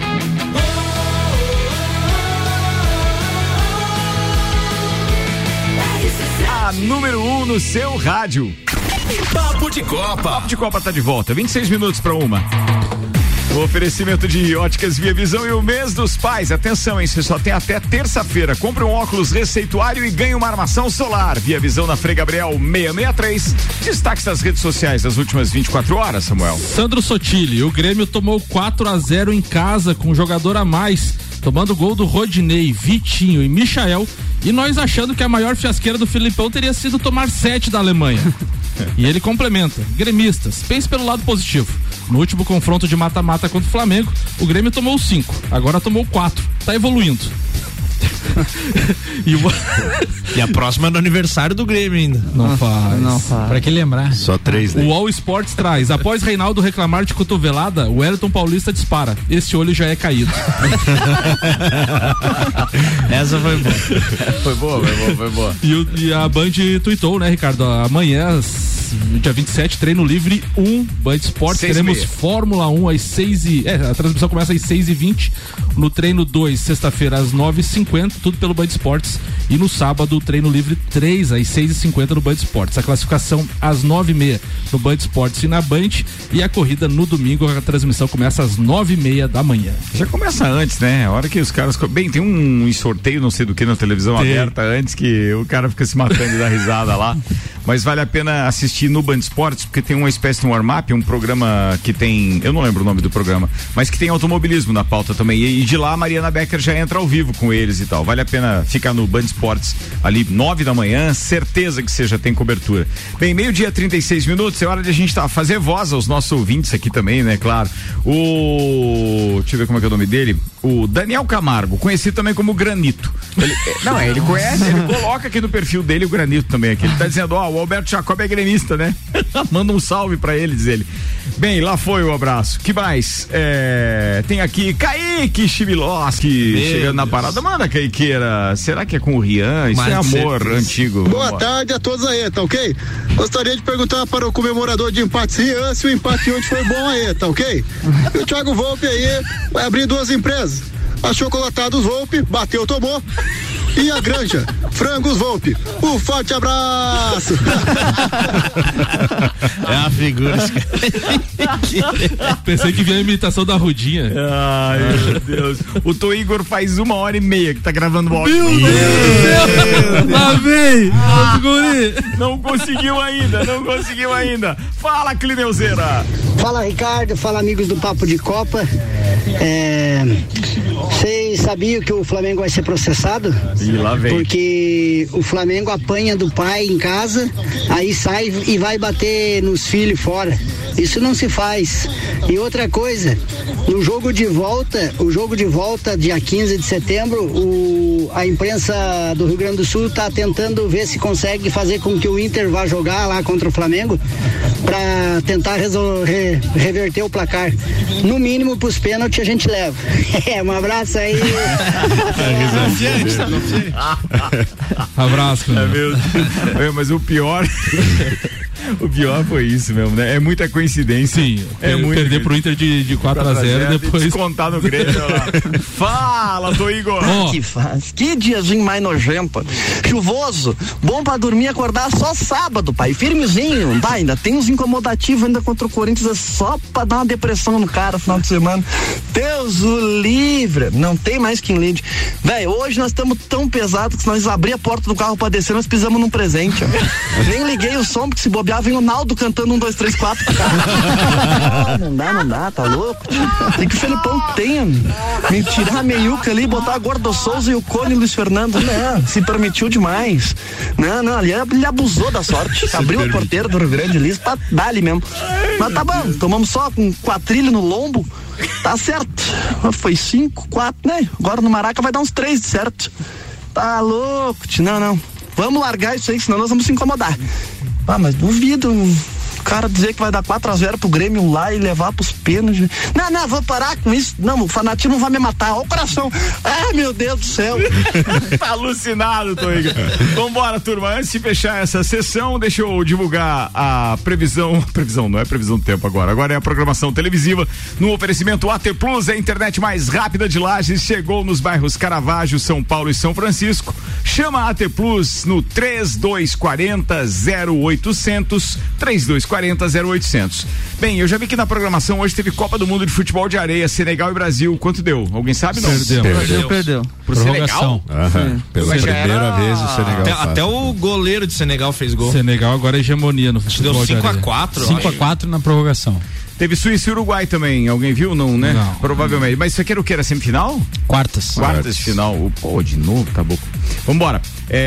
A número 1 no seu rádio. Papo de Copa. Papo de Copa tá de volta, 26 minutos para 1. O oferecimento de Óticas Via Visão e o mês dos pais. Atenção, hein? Você só tem até terça-feira. Compre um óculos receituário e ganhe uma armação solar. Via Visão na Frei Gabriel 663. Destaques das redes sociais das últimas 24 horas, Samuel. Sandro Sotile, o Grêmio tomou 4-0 em casa com um jogador a mais, tomando gol do Rodinei, Vitinho e Michael, e nós achando que a maior fiasqueira do Filipão teria sido tomar 7 da Alemanha. E ele complementa: gremistas, pense pelo lado positivo. No último confronto de mata-mata contra o Flamengo, o Grêmio tomou 5, agora tomou 4. Tá evoluindo. E a próxima é do aniversário do Grêmio ainda. Não faz. Pra que lembrar? Só 3, né? O All Sports traz: após Reinaldo reclamar de cotovelada, o Wellington Paulista dispara: esse olho já é caído. Essa foi boa. Foi boa. E a Band tuitou, né, Ricardo? Amanhã, dia 27, treino livre 1, Band Esportes, teremos Fórmula 1 às 6 a transmissão começa às 6h20, no treino 2, sexta-feira às 9h50, tudo pelo Band Esportes, e no sábado, treino livre 3 às 6h50 no Band Esportes. A classificação às 9h30 no Band Esportes e na Band, e a corrida no domingo, a transmissão começa às 9h30 da manhã. Já começa antes, né? A hora que os caras... Bem, tem um sorteio, não sei do que, na televisão aberta antes, que o cara fica se matando e dá risada lá. Mas vale a pena assistir no Band Esportes, porque tem uma espécie de um warm-up, um programa que tem, eu não lembro o nome do programa, mas que tem automobilismo na pauta também, e de lá a Mariana Becker já entra ao vivo com eles e tal. Vale a pena ficar no Band Esportes ali 9 da manhã, certeza que você já tem cobertura. Bem, 12h 36 minutos, é hora de a gente fazer voz aos nossos ouvintes aqui também, né, claro. Deixa eu ver como é que é o nome dele, o Daniel Camargo, conhecido também como Granito. Ele conhece, ele coloca aqui no perfil dele o Granito também aqui, ele tá dizendo, o Alberto Jacob é gremista, né? Manda um salve pra ele, diz ele. Bem, lá foi o abraço. Que mais? Tem aqui Kaique Chibiloski chegando na parada. Manda, Kaiqueira. Será que é com o Rian? Isso é amor antigo. Boa tarde a todos aí, tá ok? Gostaria de perguntar para o comemorador de empates Rian se o empate hoje foi bom aí, tá ok? E o Thiago Volpe aí vai abrir 2 empresas. A Chocolatados Volpe, bateu, tomou. e a Granja, Frangos Volpe. Um forte abraço! É uma figura. Pensei que vinha a imitação da Rudinha. Ai, meu Deus. O Tô Igor faz 1h30 que tá gravando o áudio. Meu Deus do céu! Lá vem! Não conseguiu ainda. Fala, Clineuzeira. Fala, Ricardo. Fala, amigos do Papo de Copa. Vocês sabiam que o Flamengo vai ser processado? E lá vem. Porque o Flamengo apanha do pai em casa, aí sai e vai bater nos filhos fora. Isso não se faz. E outra coisa, no jogo de volta, dia 15 de setembro, a imprensa do Rio Grande do Sul está tentando ver se consegue fazer com que o Inter vá jogar lá contra o Flamengo para tentar reverter o placar. No mínimo, pros pênaltis a gente leva. Um abraço aí. Abraço, mas o pior foi isso mesmo, né? É muita coincidência. Sim, perder pro Inter de 4-0 e depois descontar no Grêmio lá. Fala, Tô Igor. Que faz? Que diazinho mais nojento. Chuvoso, bom pra dormir e acordar só sábado, pai. Firmezinho. Pai, ainda tem uns incomodativos ainda contra o Corinthians, é só pra dar uma depressão no cara no final de semana. Deus o livre. Não tem mais quem lide. Velho, hoje nós estamos tão pesados que se nós abrir a porta do carro pra descer, nós pisamos num presente, ó. Nem liguei o som, porque se bobear vem o Naldo cantando 1, 2, 3, 4. Não dá, tá louco? Tem que o Felipão tenha me tirar a meiuca ali, botar a Gordo Souza e o Cone Luiz Fernando. Não, se permitiu demais. Não, ali ele abusou da sorte. Abriu a porteira do Rio Grande ali pra dar ali mesmo. Mas tá bom, tomamos só com quatrilho no lombo. Tá certo. Foi 5, 4, né? Agora no Maraca vai dar uns 3, certo? Tá louco, não. Vamos largar isso aí, senão nós vamos se incomodar. Mas duvido o cara dizer que vai dar 4-0 pro Grêmio lá e levar pros pênaltis. Não, vou parar com isso. Não, o fanatismo vai me matar. Olha o coração. Ai, meu Deus do céu. Tá alucinado, Tô Igor. Vambora, turma. Antes de fechar essa sessão, deixa eu divulgar a previsão. Não é previsão do tempo agora. Agora é a programação televisiva no oferecimento AT Plus, a internet mais rápida de Lages. Chegou nos bairros Caravaggio, São Paulo e São Francisco. Chama a AT Plus no 3240-0800. 3240-0800. Bem, eu já vi que na programação hoje teve Copa do Mundo de Futebol de Areia, Senegal e Brasil. Quanto deu? Alguém sabe? Não? Perdeu. Por Senegal? Pela primeira vez o Senegal. Até o goleiro de Senegal fez gol. Senegal agora é hegemonia no futebol de areia. Deu 5-4. 5-4 na prorrogação. Teve Suíça e Uruguai também. Alguém viu? Não, né? Não. Provavelmente. Mas isso aqui era o que? Era semifinal? Quartas de final. Pô, de novo, tá bom. Vambora.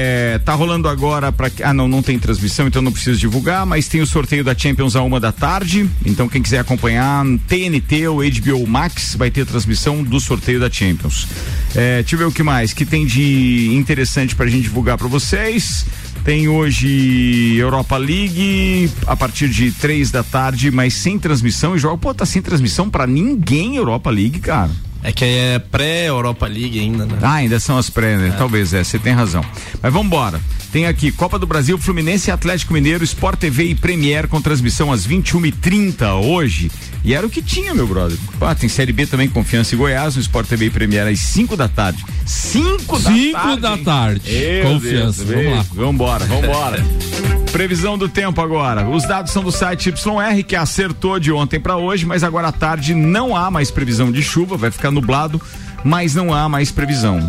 Tá rolando agora não tem transmissão, então não preciso divulgar, mas tem o sorteio da Champions à 1h da tarde. Então quem quiser acompanhar, TNT ou HBO Max vai ter transmissão do sorteio da Champions. Deixa eu ver o que mais que tem de interessante pra gente divulgar pra vocês. Tem hoje Europa League a partir de 3 da tarde, mas sem transmissão e jogo. Pô, tá sem transmissão pra ninguém Europa League, cara. É que é pré-Europa League ainda, né? Ainda são as pré, né? Talvez, você tem razão. Mas vambora. Tem aqui Copa do Brasil, Fluminense, Atlético Mineiro, Sport TV e Premier com transmissão às 21h30 hoje. E era o que tinha, meu brother. Tem Série B também, Confiança e Goiás, no Sport TV e Premier às 5 da tarde. 5 da tarde. Confiança. Vamos lá. Vambora. Previsão do tempo agora. Os dados são do site YR, que acertou de ontem para hoje, mas agora à tarde não há mais previsão de chuva, vai ficar nublado, mas não há mais previsão.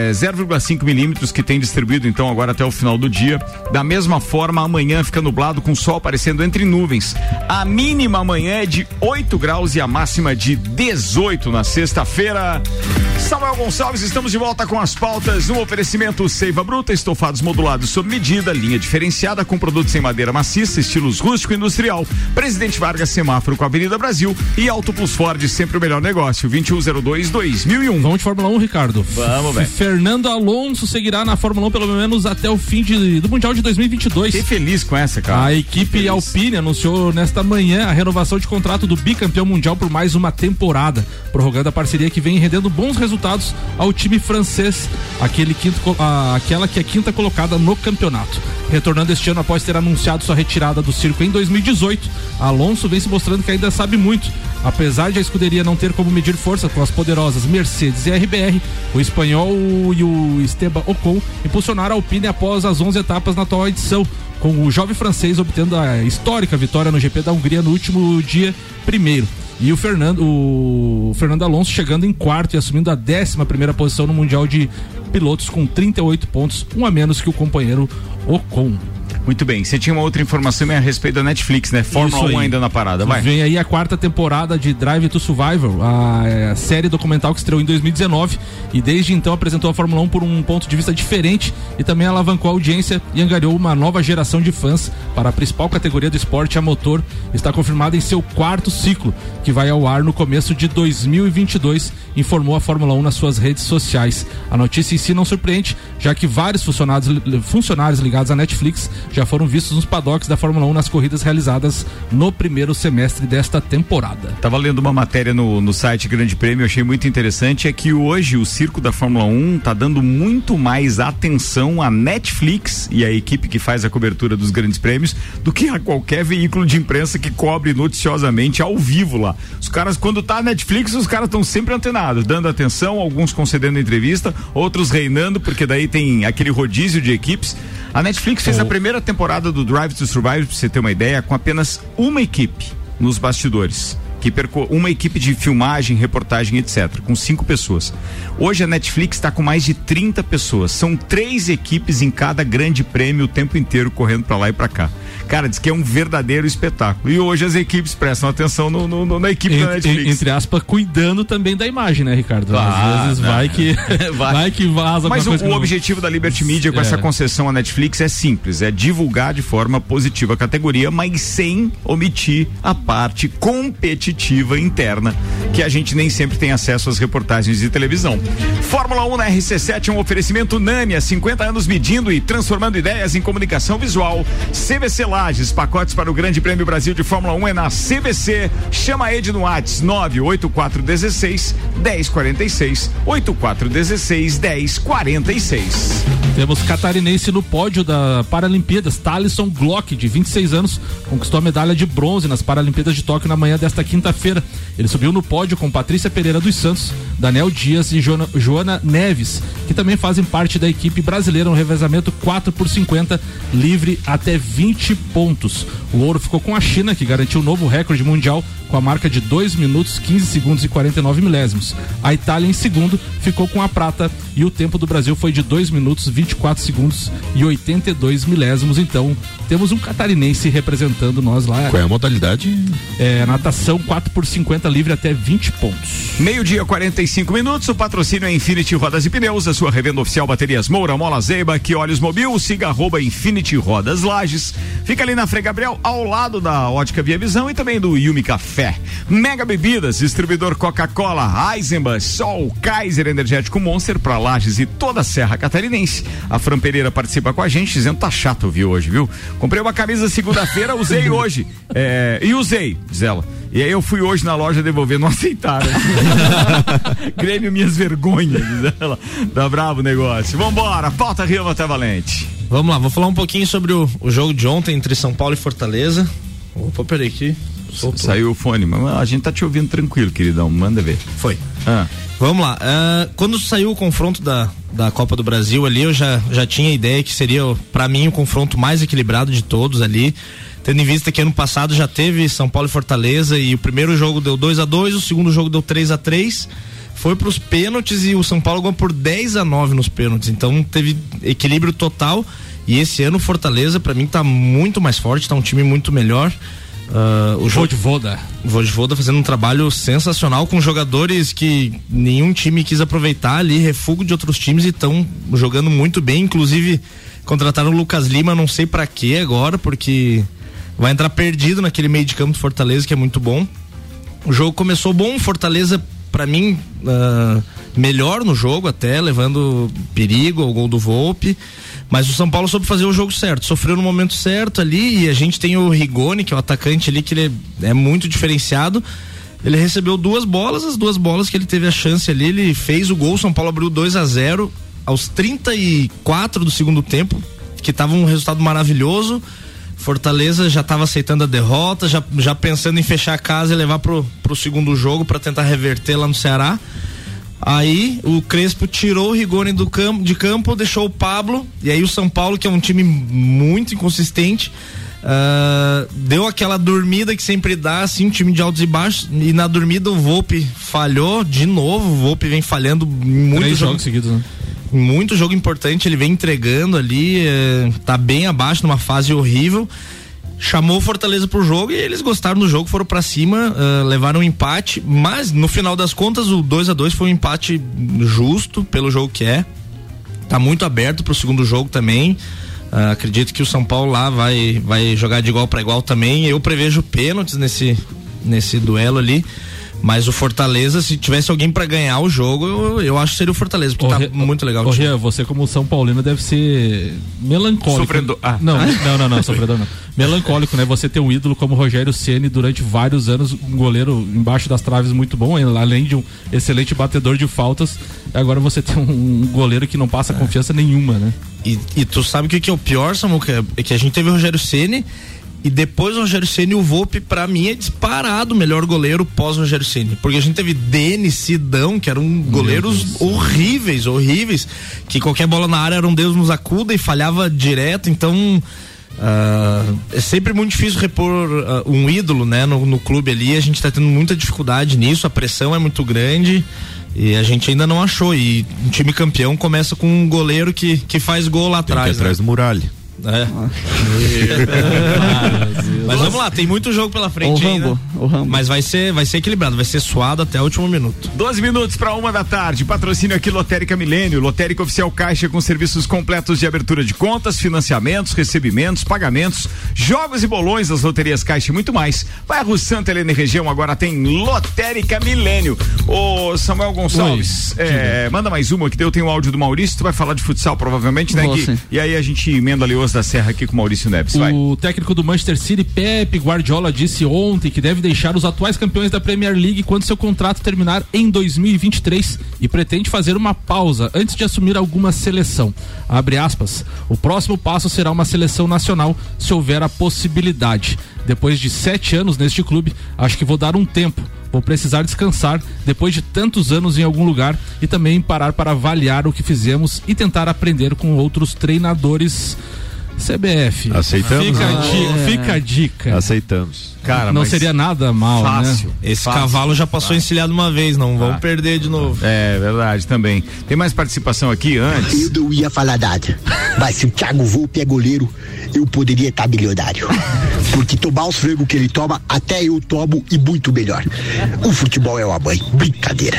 0,5 milímetros que tem distribuído então agora até o final do dia. Da mesma forma, amanhã fica nublado com sol aparecendo entre nuvens. A mínima amanhã é de 8 graus e a máxima de 18 na sexta-feira. Samuel Gonçalves, estamos de volta com as pautas no oferecimento Seiva Bruta, estofados modulados sob medida, linha diferenciada com produtos em madeira maciça, estilos rústico e industrial. Presidente Vargas, semáforo com a Avenida Brasil e Auto Plus Ford, sempre o melhor negócio, 2102-2001. Vamos de Fórmula 1, Ricardo. Vamos, velho. Fernando Alonso seguirá na Fórmula 1 pelo menos até o fim do Mundial de 2022. Fiquei feliz com essa, cara. A equipe Alpine anunciou nesta manhã a renovação de contrato do bicampeão mundial por mais uma temporada, prorrogando a parceria que vem rendendo bons resultados ao time francês, aquela que é quinta colocada no campeonato. Retornando este ano após ter anunciado sua retirada do circo em 2018, Alonso vem se mostrando que ainda sabe muito Apesar de a escuderia não ter como medir força com as poderosas Mercedes e RBR, o espanhol e o Esteban Ocon impulsionaram a Alpine após as 11 etapas na atual edição, com o jovem francês obtendo a histórica vitória no GP da Hungria no último dia 1º. E o Fernando Alonso chegando em quarto e assumindo a 11ª posição no Mundial de Pilotos com 38 pontos, um a menos que o companheiro Ocon. Muito bem, você tinha uma outra informação a respeito da Netflix, né? Fórmula 1 ainda na parada, vai. Vem aí a 4ª temporada de Drive to Survival, a série documental que estreou em 2019 e desde então apresentou a Fórmula 1 por um ponto de vista diferente e também alavancou a audiência e angariou uma nova geração de fãs para a principal categoria do esporte a motor. Está confirmada em seu 4º ciclo, que vai ao ar no começo de 2022, informou a Fórmula 1 nas suas redes sociais. A notícia em si não surpreende, já que vários funcionários ligados à Netflix já foram vistos nos paddocks da Fórmula 1 nas corridas realizadas no primeiro semestre desta temporada. Tava lendo uma matéria no site Grande Prêmio, eu achei muito interessante, é que hoje o circo da Fórmula 1 tá dando muito mais atenção à Netflix e à equipe que faz a cobertura dos grandes prêmios do que a qualquer veículo de imprensa que cobre noticiosamente ao vivo lá. Os caras, quando tá a Netflix, os caras estão sempre antenados, dando atenção, alguns concedendo entrevista, outros reinando, porque daí tem aquele rodízio de equipes. A Netflix fez a primeira temporada do Drive to Survive, pra você ter uma ideia, com apenas uma equipe nos bastidores. Uma equipe de filmagem, reportagem, etc., com 5 pessoas. Hoje a Netflix está com mais de 30 pessoas. São 3 equipes em cada grande prêmio o tempo inteiro correndo para lá e para cá. Cara, diz que é um verdadeiro espetáculo. E hoje as equipes prestam atenção na equipe da Netflix. Entre aspas, cuidando também da imagem, né, Ricardo? Às vezes vai que vaza. Mas o objetivo da Liberty Media com essa concessão à Netflix é simples, é divulgar de forma positiva a categoria, mas sem omitir a parte competitiva interna, que a gente nem sempre tem acesso às reportagens de televisão. Fórmula 1 na RC7 é um oferecimento Nani, há 50 anos medindo e transformando ideias em comunicação visual. CVC Lages, pacotes para o Grande Prêmio Brasil de Fórmula 1 é na CVC. Chama a Ed no WhatsApp 98416 1046 8416 1046. Temos catarinense no pódio da Paralimpíadas. Thalisson Glock, de 26 anos, conquistou a medalha de bronze nas Paralimpíadas de Tóquio na manhã desta quinta-feira. Ele subiu no pódio com Patrícia Pereira dos Santos, Daniel Dias e Joana Neves, que também fazem parte da equipe brasileira no revezamento 4x50 livre até 20 pontos. O ouro ficou com a China, que garantiu um novo recorde mundial com a marca de 2 minutos, 15 segundos e 49 milésimos. A Itália, em segundo, ficou com a prata e o tempo do Brasil foi de 2 minutos, 24 segundos e 82 milésimos. Então, temos um catarinense representando nós lá. Qual é a modalidade? Natação 4x50 livre até 20 pontos. 12:45 minutos. O patrocínio é Infinity Rodas e Pneus, a sua revenda oficial Baterias Moura, Mola Zeiba, que Olhos Mobil, siga @Infinity Rodas Lages. Fica ali na Frei Gabriel, ao lado da Ótica Via Visão e também do Yumi Café. Mega Bebidas, distribuidor Coca-Cola, Eisenbahn, Sol, Kaiser Energético Monster para Lages e toda a Serra Catarinense. A Fran Pereira participa com a gente, dizendo tá chato ouvir hoje, viu? Comprei uma camisa segunda-feira, usei hoje. E usei, diz ela. E aí eu fui hoje na loja devolver, não aceitaram. Grêmio minhas vergonhas, diz ela. Tá bravo o negócio. Vambora, pauta Rio até Valente. Vamos lá, vou falar um pouquinho sobre o jogo de ontem entre São Paulo e Fortaleza. Opa, peraí aqui. Saiu o fone, mas a gente tá te ouvindo tranquilo, queridão, manda ver. Foi. Vamos lá, quando saiu o confronto da Copa do Brasil ali, eu já tinha a ideia que seria, pra mim, o confronto mais equilibrado de todos ali, tendo em vista que ano passado já teve São Paulo e Fortaleza e o primeiro jogo deu 2-2, o segundo jogo deu 3-3, foi pros pênaltis e o São Paulo ganhou por 10-9 nos pênaltis, então teve equilíbrio total. E esse ano o Fortaleza pra mim tá muito mais forte, tá um time muito melhor. O Vojvoda fazendo um trabalho sensacional com jogadores que nenhum time quis aproveitar ali, refúgio de outros times, e estão jogando muito bem. Inclusive contrataram o Lucas Lima, não sei pra quê agora, porque vai entrar perdido naquele meio de campo do Fortaleza, que é muito bom. O jogo começou bom, Fortaleza pra mim melhor no jogo até, levando perigo ao gol do Volpi. Mas o São Paulo soube fazer o jogo certo, sofreu no momento certo ali, e a gente tem o Rigoni, que é o atacante ali, que ele é muito diferenciado. Ele recebeu 2 bolas, as 2 bolas que ele teve a chance ali, ele fez o gol. O São Paulo abriu 2-0 aos 34 do segundo tempo, que tava um resultado maravilhoso. Fortaleza já estava aceitando a derrota, já pensando em fechar a casa e levar pro segundo jogo para tentar reverter lá no Ceará. Aí o Crespo tirou o Rigoni de campo, deixou o Pablo, e aí o São Paulo, que é um time muito inconsistente, deu aquela dormida que sempre dá, assim, um time de altos e baixos, e na dormida o Volpi falhou de novo. O Volpi vem falhando muitos jogos seguidos, né? Muito jogo importante, ele vem entregando ali, tá bem abaixo, numa fase horrível. Chamou o Fortaleza pro jogo e eles gostaram do jogo, foram pra cima, levaram um empate, mas no final das contas o 2-2 foi um empate justo pelo jogo que é. Tá muito aberto pro segundo jogo também. Acredito que o São Paulo lá vai jogar de igual para igual também. Eu prevejo pênaltis nesse duelo ali. Mas o Fortaleza, se tivesse alguém pra ganhar o jogo, eu acho que seria o Fortaleza, porque tá muito legal. Rian, você como São Paulino deve ser melancólico. Sofredor. Não, sofredor não. Melancólico, né? Você ter um ídolo como Rogério Ceni durante vários anos, um goleiro embaixo das traves muito bom, além de um excelente batedor de faltas. Agora você tem um goleiro que não passa confiança nenhuma, né? E tu sabe o que é o pior, Samuca? É que a gente teve o Rogério Ceni. E depois o Rogério Ceni, o Volpi, pra mim, é disparado o melhor goleiro pós Rogério Ceni. Porque a gente teve Denis, Sidão, que eram goleiros horríveis, que qualquer bola na área era um Deus nos acuda e falhava direto. Então, é sempre muito difícil repor um ídolo, né, no clube ali. A gente tá tendo muita dificuldade nisso, a pressão é muito grande. E a gente ainda não achou. E um time campeão começa com um goleiro que faz gol lá atrás. Atrás do Muralha. Mas vamos lá, tem muito jogo pela frente ainda. Mas vai ser equilibrado, vai ser suado até o último minuto. 12 minutos para 1h. Patrocínio aqui Lotérica Milênio, Lotérica Oficial Caixa, com serviços completos de abertura de contas, financiamentos, recebimentos, pagamentos, jogos e bolões das loterias Caixa e muito mais. Bairro Santa Helena e região agora tem Lotérica Milênio. Ô Samuel Gonçalves, manda mais uma que eu tenho o áudio do Maurício, tu vai falar de futsal provavelmente, né, Gui? E aí a gente emenda ali da Serra aqui com o Maurício Neves. O técnico do Manchester City, Pep Guardiola, disse ontem que deve deixar os atuais campeões da Premier League quando seu contrato terminar em 2023 e pretende fazer uma pausa antes de assumir alguma seleção. Abre aspas, o próximo passo será uma seleção nacional se houver a possibilidade. Depois de 7 anos neste clube, acho que vou dar um tempo. Vou precisar descansar depois de tantos anos em algum lugar e também parar para avaliar o que fizemos e tentar aprender com outros treinadores. CBF. Aceitamos? Fica a dica. Aceitamos. Cara, não seria nada mal, fácil, né? Esse cavalo já passou encilhado uma vez, não vamos perder de novo. É verdade, também. Tem mais participação aqui antes? Eu ia falar nada, mas se o Thiago Volpi é goleiro, eu poderia estar bilionário. Porque tomar os frangos que ele toma, até eu tomo e muito melhor. O futebol é uma mãe, brincadeira.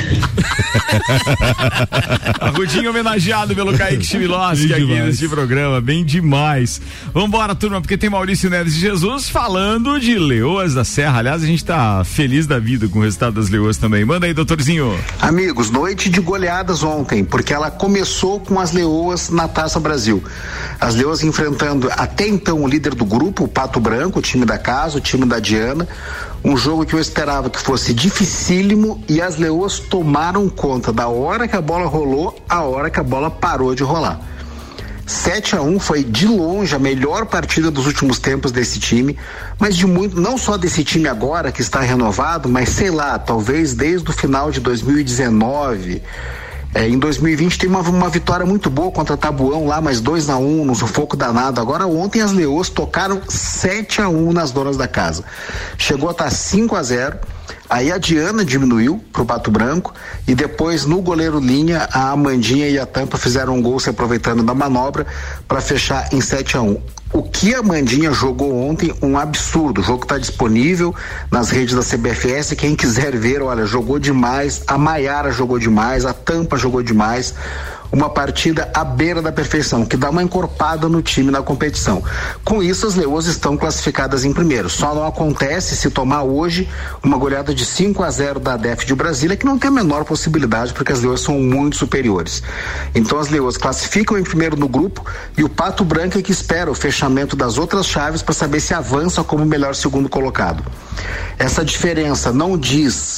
Arrudinho homenageado pelo Kaique Chimiloski aqui nesse programa, bem demais. Vambora, turma, porque tem Maurício Neves de Jesus falando de Leoas da Serra. Aliás, a gente tá feliz da vida com o resultado das Leoas também. Manda aí, doutorzinho. Amigos, noite de goleadas ontem, porque ela começou com as Leoas na Taça Brasil. As Leoas enfrentando até então o líder do grupo, o Pato Branco, o time da casa, o time da Diana. Um jogo que eu esperava que fosse dificílimo e as Leoas tomaram conta da hora que a bola rolou, a hora que a bola parou de rolar. 7-1 foi de longe a melhor partida dos últimos tempos desse time, mas de muito, não só desse time agora que está renovado, mas sei lá, talvez desde o final de 2019. Em 2020 tem uma vitória muito boa contra Tabuão lá, mas 2-1 no sufoco danado. Agora ontem as Leoas tocaram 7-1 nas donas da casa. Chegou a estar 5-0. Aí a Diana diminuiu pro Pato Branco e depois no goleiro linha a Amandinha e a Tampa fizeram um gol se aproveitando da manobra para fechar em 7-1. O que a Amandinha jogou ontem, um absurdo. O jogo está disponível nas redes da CBFS, quem quiser ver, olha, jogou demais, a Maiara jogou demais, a Tampa jogou demais. Uma partida à beira da perfeição, que dá uma encorpada no time na competição. Com isso, as Leoas estão classificadas em primeiro. Só não acontece se tomar hoje uma goleada de 5-0 da ADEF de Brasília, que não tem a menor possibilidade, porque as Leoas são muito superiores. Então as Leoas classificam em primeiro no grupo e o Pato Branco é que espera o fechamento das outras chaves para saber se avança como o melhor segundo colocado. Essa diferença não diz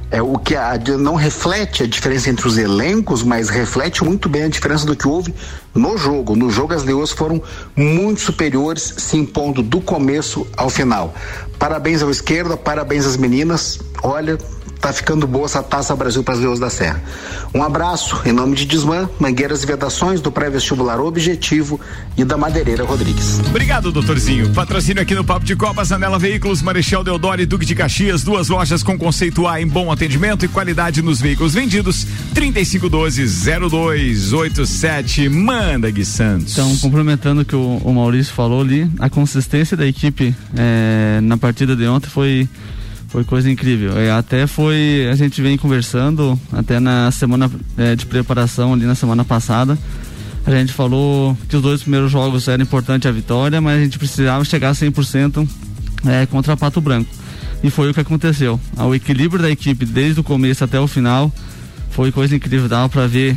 o que não reflete a diferença entre os elencos, mas reflete muito bem a diferença do que houve no jogo. No jogo as Leoas foram muito superiores, se impondo do começo ao final. Parabéns ao Esquerda, parabéns às meninas. Olha, tá ficando boa essa Taça Brasil para as Leoas da Serra. Um abraço em nome de Desmã, Mangueiras e Vedações, do Pré-Vestibular Objetivo e da Madeireira Rodrigues. Obrigado, doutorzinho. Patrocínio aqui no Papo de Copa, Zanela Veículos, Marechal Deodoro e Duque de Caxias, 2 lojas com conceito A em bom atendimento e qualidade nos veículos vendidos. 3512-0287. Manda, Gui Santos. Então, complementando o que o Maurício falou ali, a consistência da equipe na partida de ontem foi coisa incrível. A gente vem conversando até na semana de preparação ali na semana passada. A gente falou que os 2 primeiros jogos era importante a vitória, mas a gente precisava chegar a 100% contra Pato Branco. E foi o que aconteceu. O equilíbrio da equipe desde o começo até o final foi coisa incrível. Dava para ver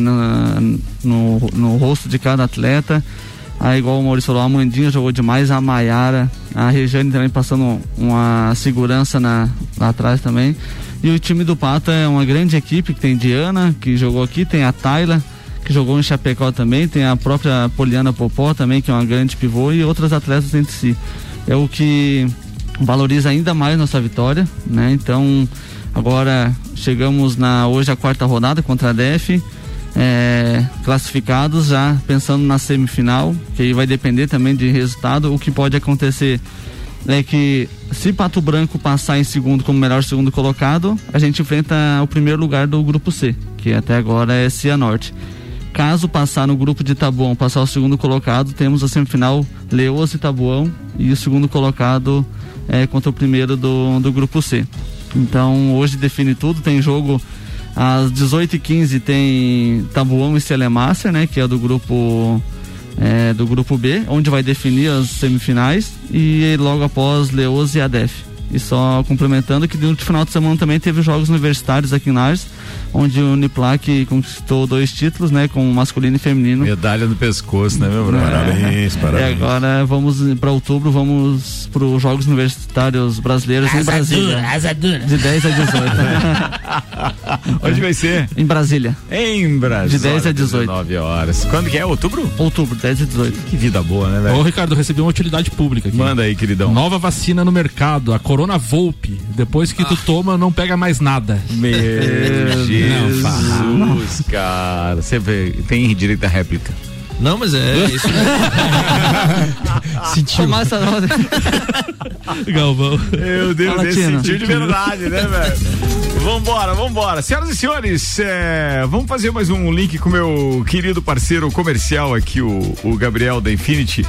no rosto de cada atleta. Igual o Maurício falou, a Mandinha jogou demais, a Maiara, a Rejane também passando uma segurança lá atrás também. E o time do Pato é uma grande equipe, que tem Diana, que jogou aqui, tem a Tayla, que jogou em Chapecó também, tem a própria Poliana Popó também, que é uma grande pivô, e outras atletas entre si. É o que valoriza ainda mais nossa vitória, né? Então, agora chegamos hoje a 4ª rodada contra a DEF, classificados, já pensando na semifinal, que aí vai depender também de resultado. O que pode acontecer é que, se Pato Branco passar em segundo como melhor segundo colocado, a gente enfrenta o primeiro lugar do grupo C, que até agora é Cianorte. Caso passar no grupo de Tabuão, passar o segundo colocado, temos a semifinal Leoas e Tabuão, e o segundo colocado contra o primeiro do grupo C. Então hoje define tudo. Tem jogo às 18h15, tem Tabuão e Celemaster, né, que é do grupo B, onde vai definir as semifinais, e logo após Leoas e ADEF. E só complementando que no final de semana também teve jogos universitários aqui em Lages, onde o Uniplac conquistou 2 títulos, né, com masculino e feminino. Medalha no pescoço, né, meu brother? Parabéns. E agora vamos para outubro, vamos para os Jogos Universitários Brasileiros em Brasília. De 10 a 18. Onde vai ser? Em Brasília. Em Brasília. De 10 a 18. 19 horas. Quando que é? Outubro? Outubro, 10 a 18. Que vida boa, né, velho? Ô, Ricardo, recebi uma utilidade pública aqui. Manda aí, queridão. Nova vacina no mercado, a Corona Volpe. Depois que tu toma, não pega mais nada. Meu Jesus, cara. Você tem direito à réplica. Não, mas é isso. Sentiu. Massa nota. Galvão. Meu Deus, sentiu de verdade, né, velho? Vambora. Senhoras e senhores, vamos fazer mais um link com o meu querido parceiro comercial aqui, o Gabriel da Infinity,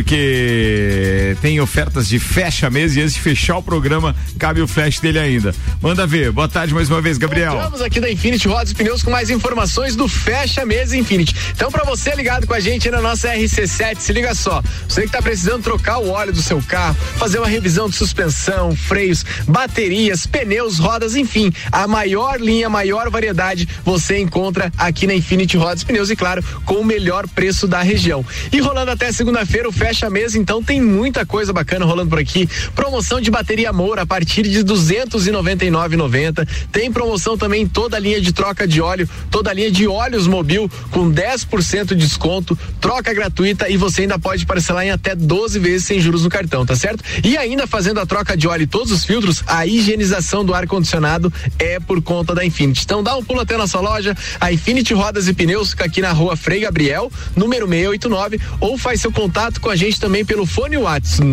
porque tem ofertas de fecha mês, e antes de fechar o programa, cabe o flash dele ainda. Manda ver. Boa tarde mais uma vez, Gabriel. Estamos aqui da Infinity Rodas e Pneus com mais informações do fecha mês Infinity. Então, pra você ligado com a gente na nossa RC7, se liga só. Você que tá precisando trocar o óleo do seu carro, fazer uma revisão de suspensão, freios, baterias, pneus, rodas, enfim, a maior linha, a maior variedade você encontra aqui na Infinity Rodas e Pneus, e claro, com o melhor preço da região. E rolando até segunda-feira o fecha mês, então tem muita coisa bacana rolando por aqui. Promoção de bateria Moura a partir de R$299,90. Tem promoção também em toda a linha de troca de óleo, toda a linha de óleos Mobil com 10% de desconto, troca gratuita, e você ainda pode parcelar em até 12 vezes sem juros no cartão, tá certo? E ainda fazendo a troca de óleo e todos os filtros, a higienização do ar-condicionado é por conta da Infinity. Então dá um pulo até nossa loja, a Infinity Rodas e Pneus fica aqui na rua Frei Gabriel, número 689, ou faz seu contato com a gente também pelo fone WhatsApp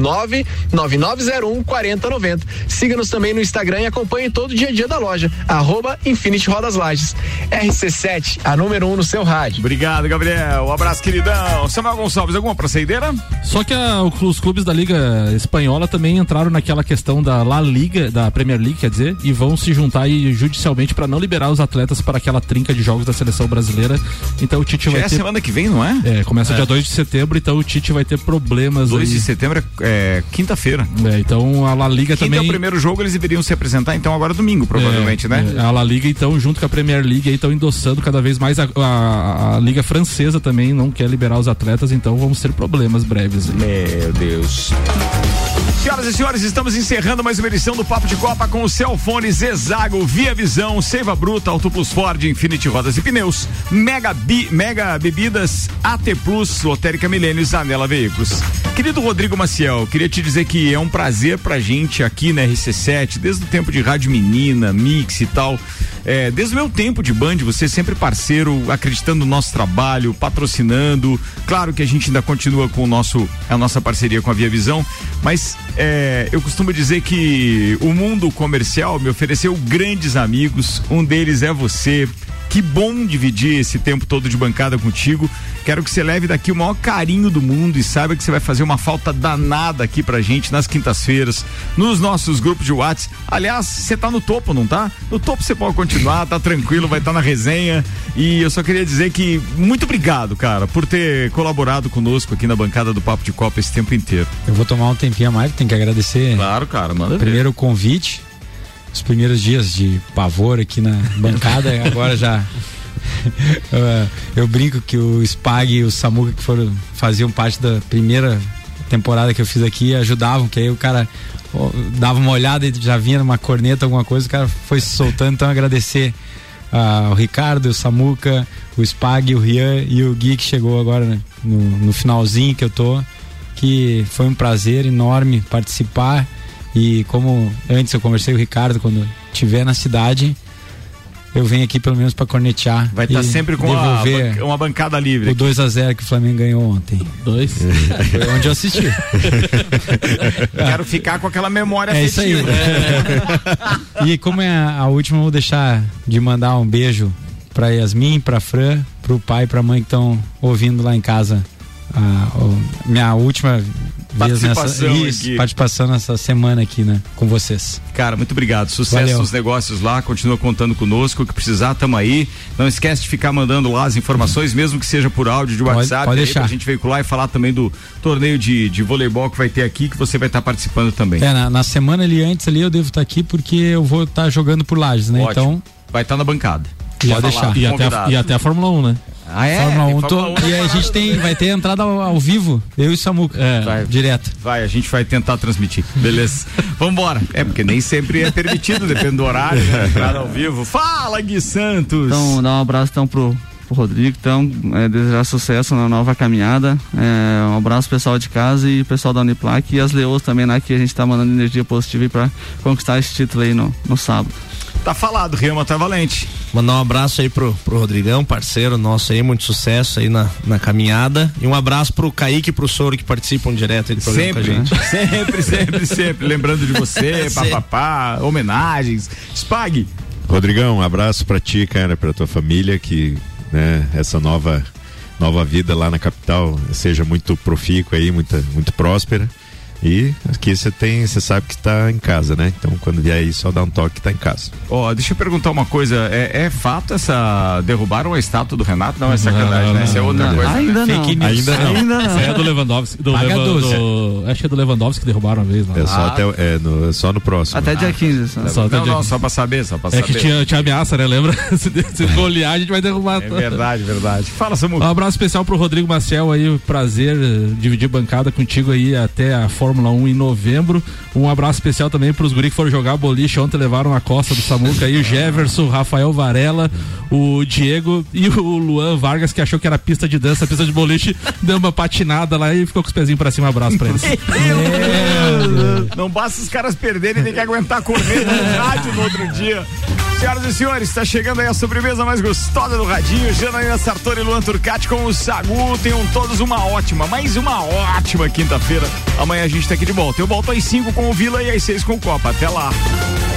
99901-4090. Siga-nos também no Instagram e acompanhe todo o dia a dia da loja, @Infinity Rodas Lages. RC7, a número 1 no seu rádio. Obrigado, Gabriel. Um abraço, queridão. Samuel Gonçalves, alguma proceideira? Só que os clubes da Liga Espanhola também entraram naquela questão da La Liga, da Premier League, quer dizer, e vão se juntar aí judicialmente para não liberar os atletas para aquela trinca de jogos da seleção brasileira. Então o Tite vai ter... semana que vem, não é? Começa dia 2 de setembro, então o Tite vai ter problemas 2 aí. de setembro é quinta-feira. Então a La Liga também... é o primeiro jogo, eles deveriam se apresentar, então agora domingo, provavelmente, né? A La Liga, então, junto com a Premier League, aí estão endossando cada vez mais a Liga Francesa também, não quer liberar os atletas, então vamos ter problemas breves aí. Meu Deus. Senhoras e senhores, estamos encerrando mais uma edição do Papo de Copa com o Celfone, Zezago, Via Visão, Seiva Bruta, Auto Plus Ford, Infinity Rodas e Pneus, Mega Bebidas, AT Plus, Lotérica Milênios, Anela Veículos. Querido Rodrigo Maciel, queria te dizer que é um prazer pra gente aqui na RC7, desde o tempo de Rádio Menina, Mix e tal, desde o meu tempo de Band, você sempre parceiro, acreditando no nosso trabalho, patrocinando. Claro que a gente ainda continua com a nossa parceria com a Via Visão, mas eu costumo dizer que o mundo comercial me ofereceu grandes amigos, um deles é você. Que bom dividir esse tempo todo de bancada contigo. Quero que você leve daqui o maior carinho do mundo e saiba que você vai fazer uma falta danada aqui pra gente nas quintas-feiras, nos nossos grupos de WhatsApp. Aliás, você tá no topo, não tá? No topo você pode continuar, tá tranquilo, vai estar na resenha. E eu só queria dizer que muito obrigado, cara, por ter colaborado conosco aqui na bancada do Papo de Copa esse tempo inteiro. Eu vou tomar um tempinho a mais, tem que agradecer. Claro, cara, manda primeiro o convite. Os primeiros dias de pavor aqui na bancada, agora já eu brinco que o Spag e o Samuca, que faziam parte da primeira temporada que eu fiz aqui, ajudavam, que aí o cara dava uma olhada e já vinha numa corneta, alguma coisa, o cara foi se soltando. Então agradecer ao Ricardo, o Samuca, o Spag, o Rian e o Gui, que chegou agora, né, no finalzinho que eu tô, que foi um prazer enorme participar. E como antes eu conversei com o Ricardo, quando estiver na cidade, eu venho aqui pelo menos para cornetear. Vai estar sempre com uma bancada livre. O 2-0 que o Flamengo ganhou ontem. 2? Foi onde eu assisti. Quero ficar com aquela memória afetiva. Isso aí. E como é a última, eu vou deixar de mandar um beijo para Yasmin, para Fran, para o pai e para a mãe que estão ouvindo lá em casa. Minha última participação nessa semana aqui, né, com vocês. Cara, muito obrigado, sucesso nos negócios lá, continua contando conosco, o que precisar, tamo aí, não esquece de ficar mandando lá as informações, mesmo que seja por áudio de WhatsApp, pode deixar. Pra gente veicular e falar também do torneio de voleibol que vai ter aqui, que você vai estar participando também. Na semana ali antes ali eu devo estar aqui porque eu vou estar jogando por Lages, né? Ótimo. Então vai estar na bancada. Pode deixar. E até a Fórmula 1, né? Fórmula 1, e a gente vai ter entrada ao vivo, eu e o Samuca, direto. A gente vai tentar transmitir, beleza? Vambora, porque nem sempre é permitido, depende do horário, né? Entrada ao vivo. Fala, Gui Santos! Então, dá um abraço então pro Rodrigo, então, desejar sucesso na nova caminhada, um abraço pessoal de casa e pessoal da Uniplac e as Leoas também, né, que a gente tá mandando energia positiva aí pra conquistar esse título aí no sábado. Tá falado, Rema tá valente. Mandar um abraço aí pro Rodrigão, parceiro nosso aí, muito sucesso aí na caminhada. E um abraço pro Kaique e pro Soro que participam direto aí do programa com a gente. Sempre. Lembrando de você, papapá, homenagens. Spag. Rodrigão, um abraço pra ti, cara, pra tua família, que, né, essa nova vida lá na capital seja muito profícua aí, muito próspera. E aqui você sabe que está em casa, né? Então quando vier aí só dá um toque que tá em casa. Deixa eu perguntar uma coisa, é fato derrubaram a estátua do Renato? Não, é sacanagem, né? Isso é outra coisa. Ainda não. Ainda não. Essa é do Lewandowski. Acho que é do Lewandowski que derrubaram uma vez lá. Só no próximo. Até dia 15. Só pra saber, que tinha ameaça, né? Lembra? Se golear, a gente vai derrubar. É verdade. Fala, Samuca. Um abraço especial pro Rodrigo Maciel aí, prazer dividir bancada contigo aí até a Fórmula 1 em novembro. Um abraço especial também pros guri que foram jogar boliche ontem, levaram a costa do Samuca aí, o Jefferson, o Rafael Varela, o Diego e o Luan Vargas, que achou que era pista de dança, pista de boliche, deu uma patinada lá e ficou com os pezinhos pra cima. Um abraço pra eles. Não basta os caras perderem, tem que aguentar correr no rádio no outro dia. Senhoras e senhores, está chegando aí a sobremesa mais gostosa do radinho. Janaína Sartori e Luan Turcati com o Sagu. Tenham todos uma ótima quinta-feira. Amanhã a gente tá aqui de volta. Eu volto às 5 com o Vila e às 6 com o Copa. Até lá.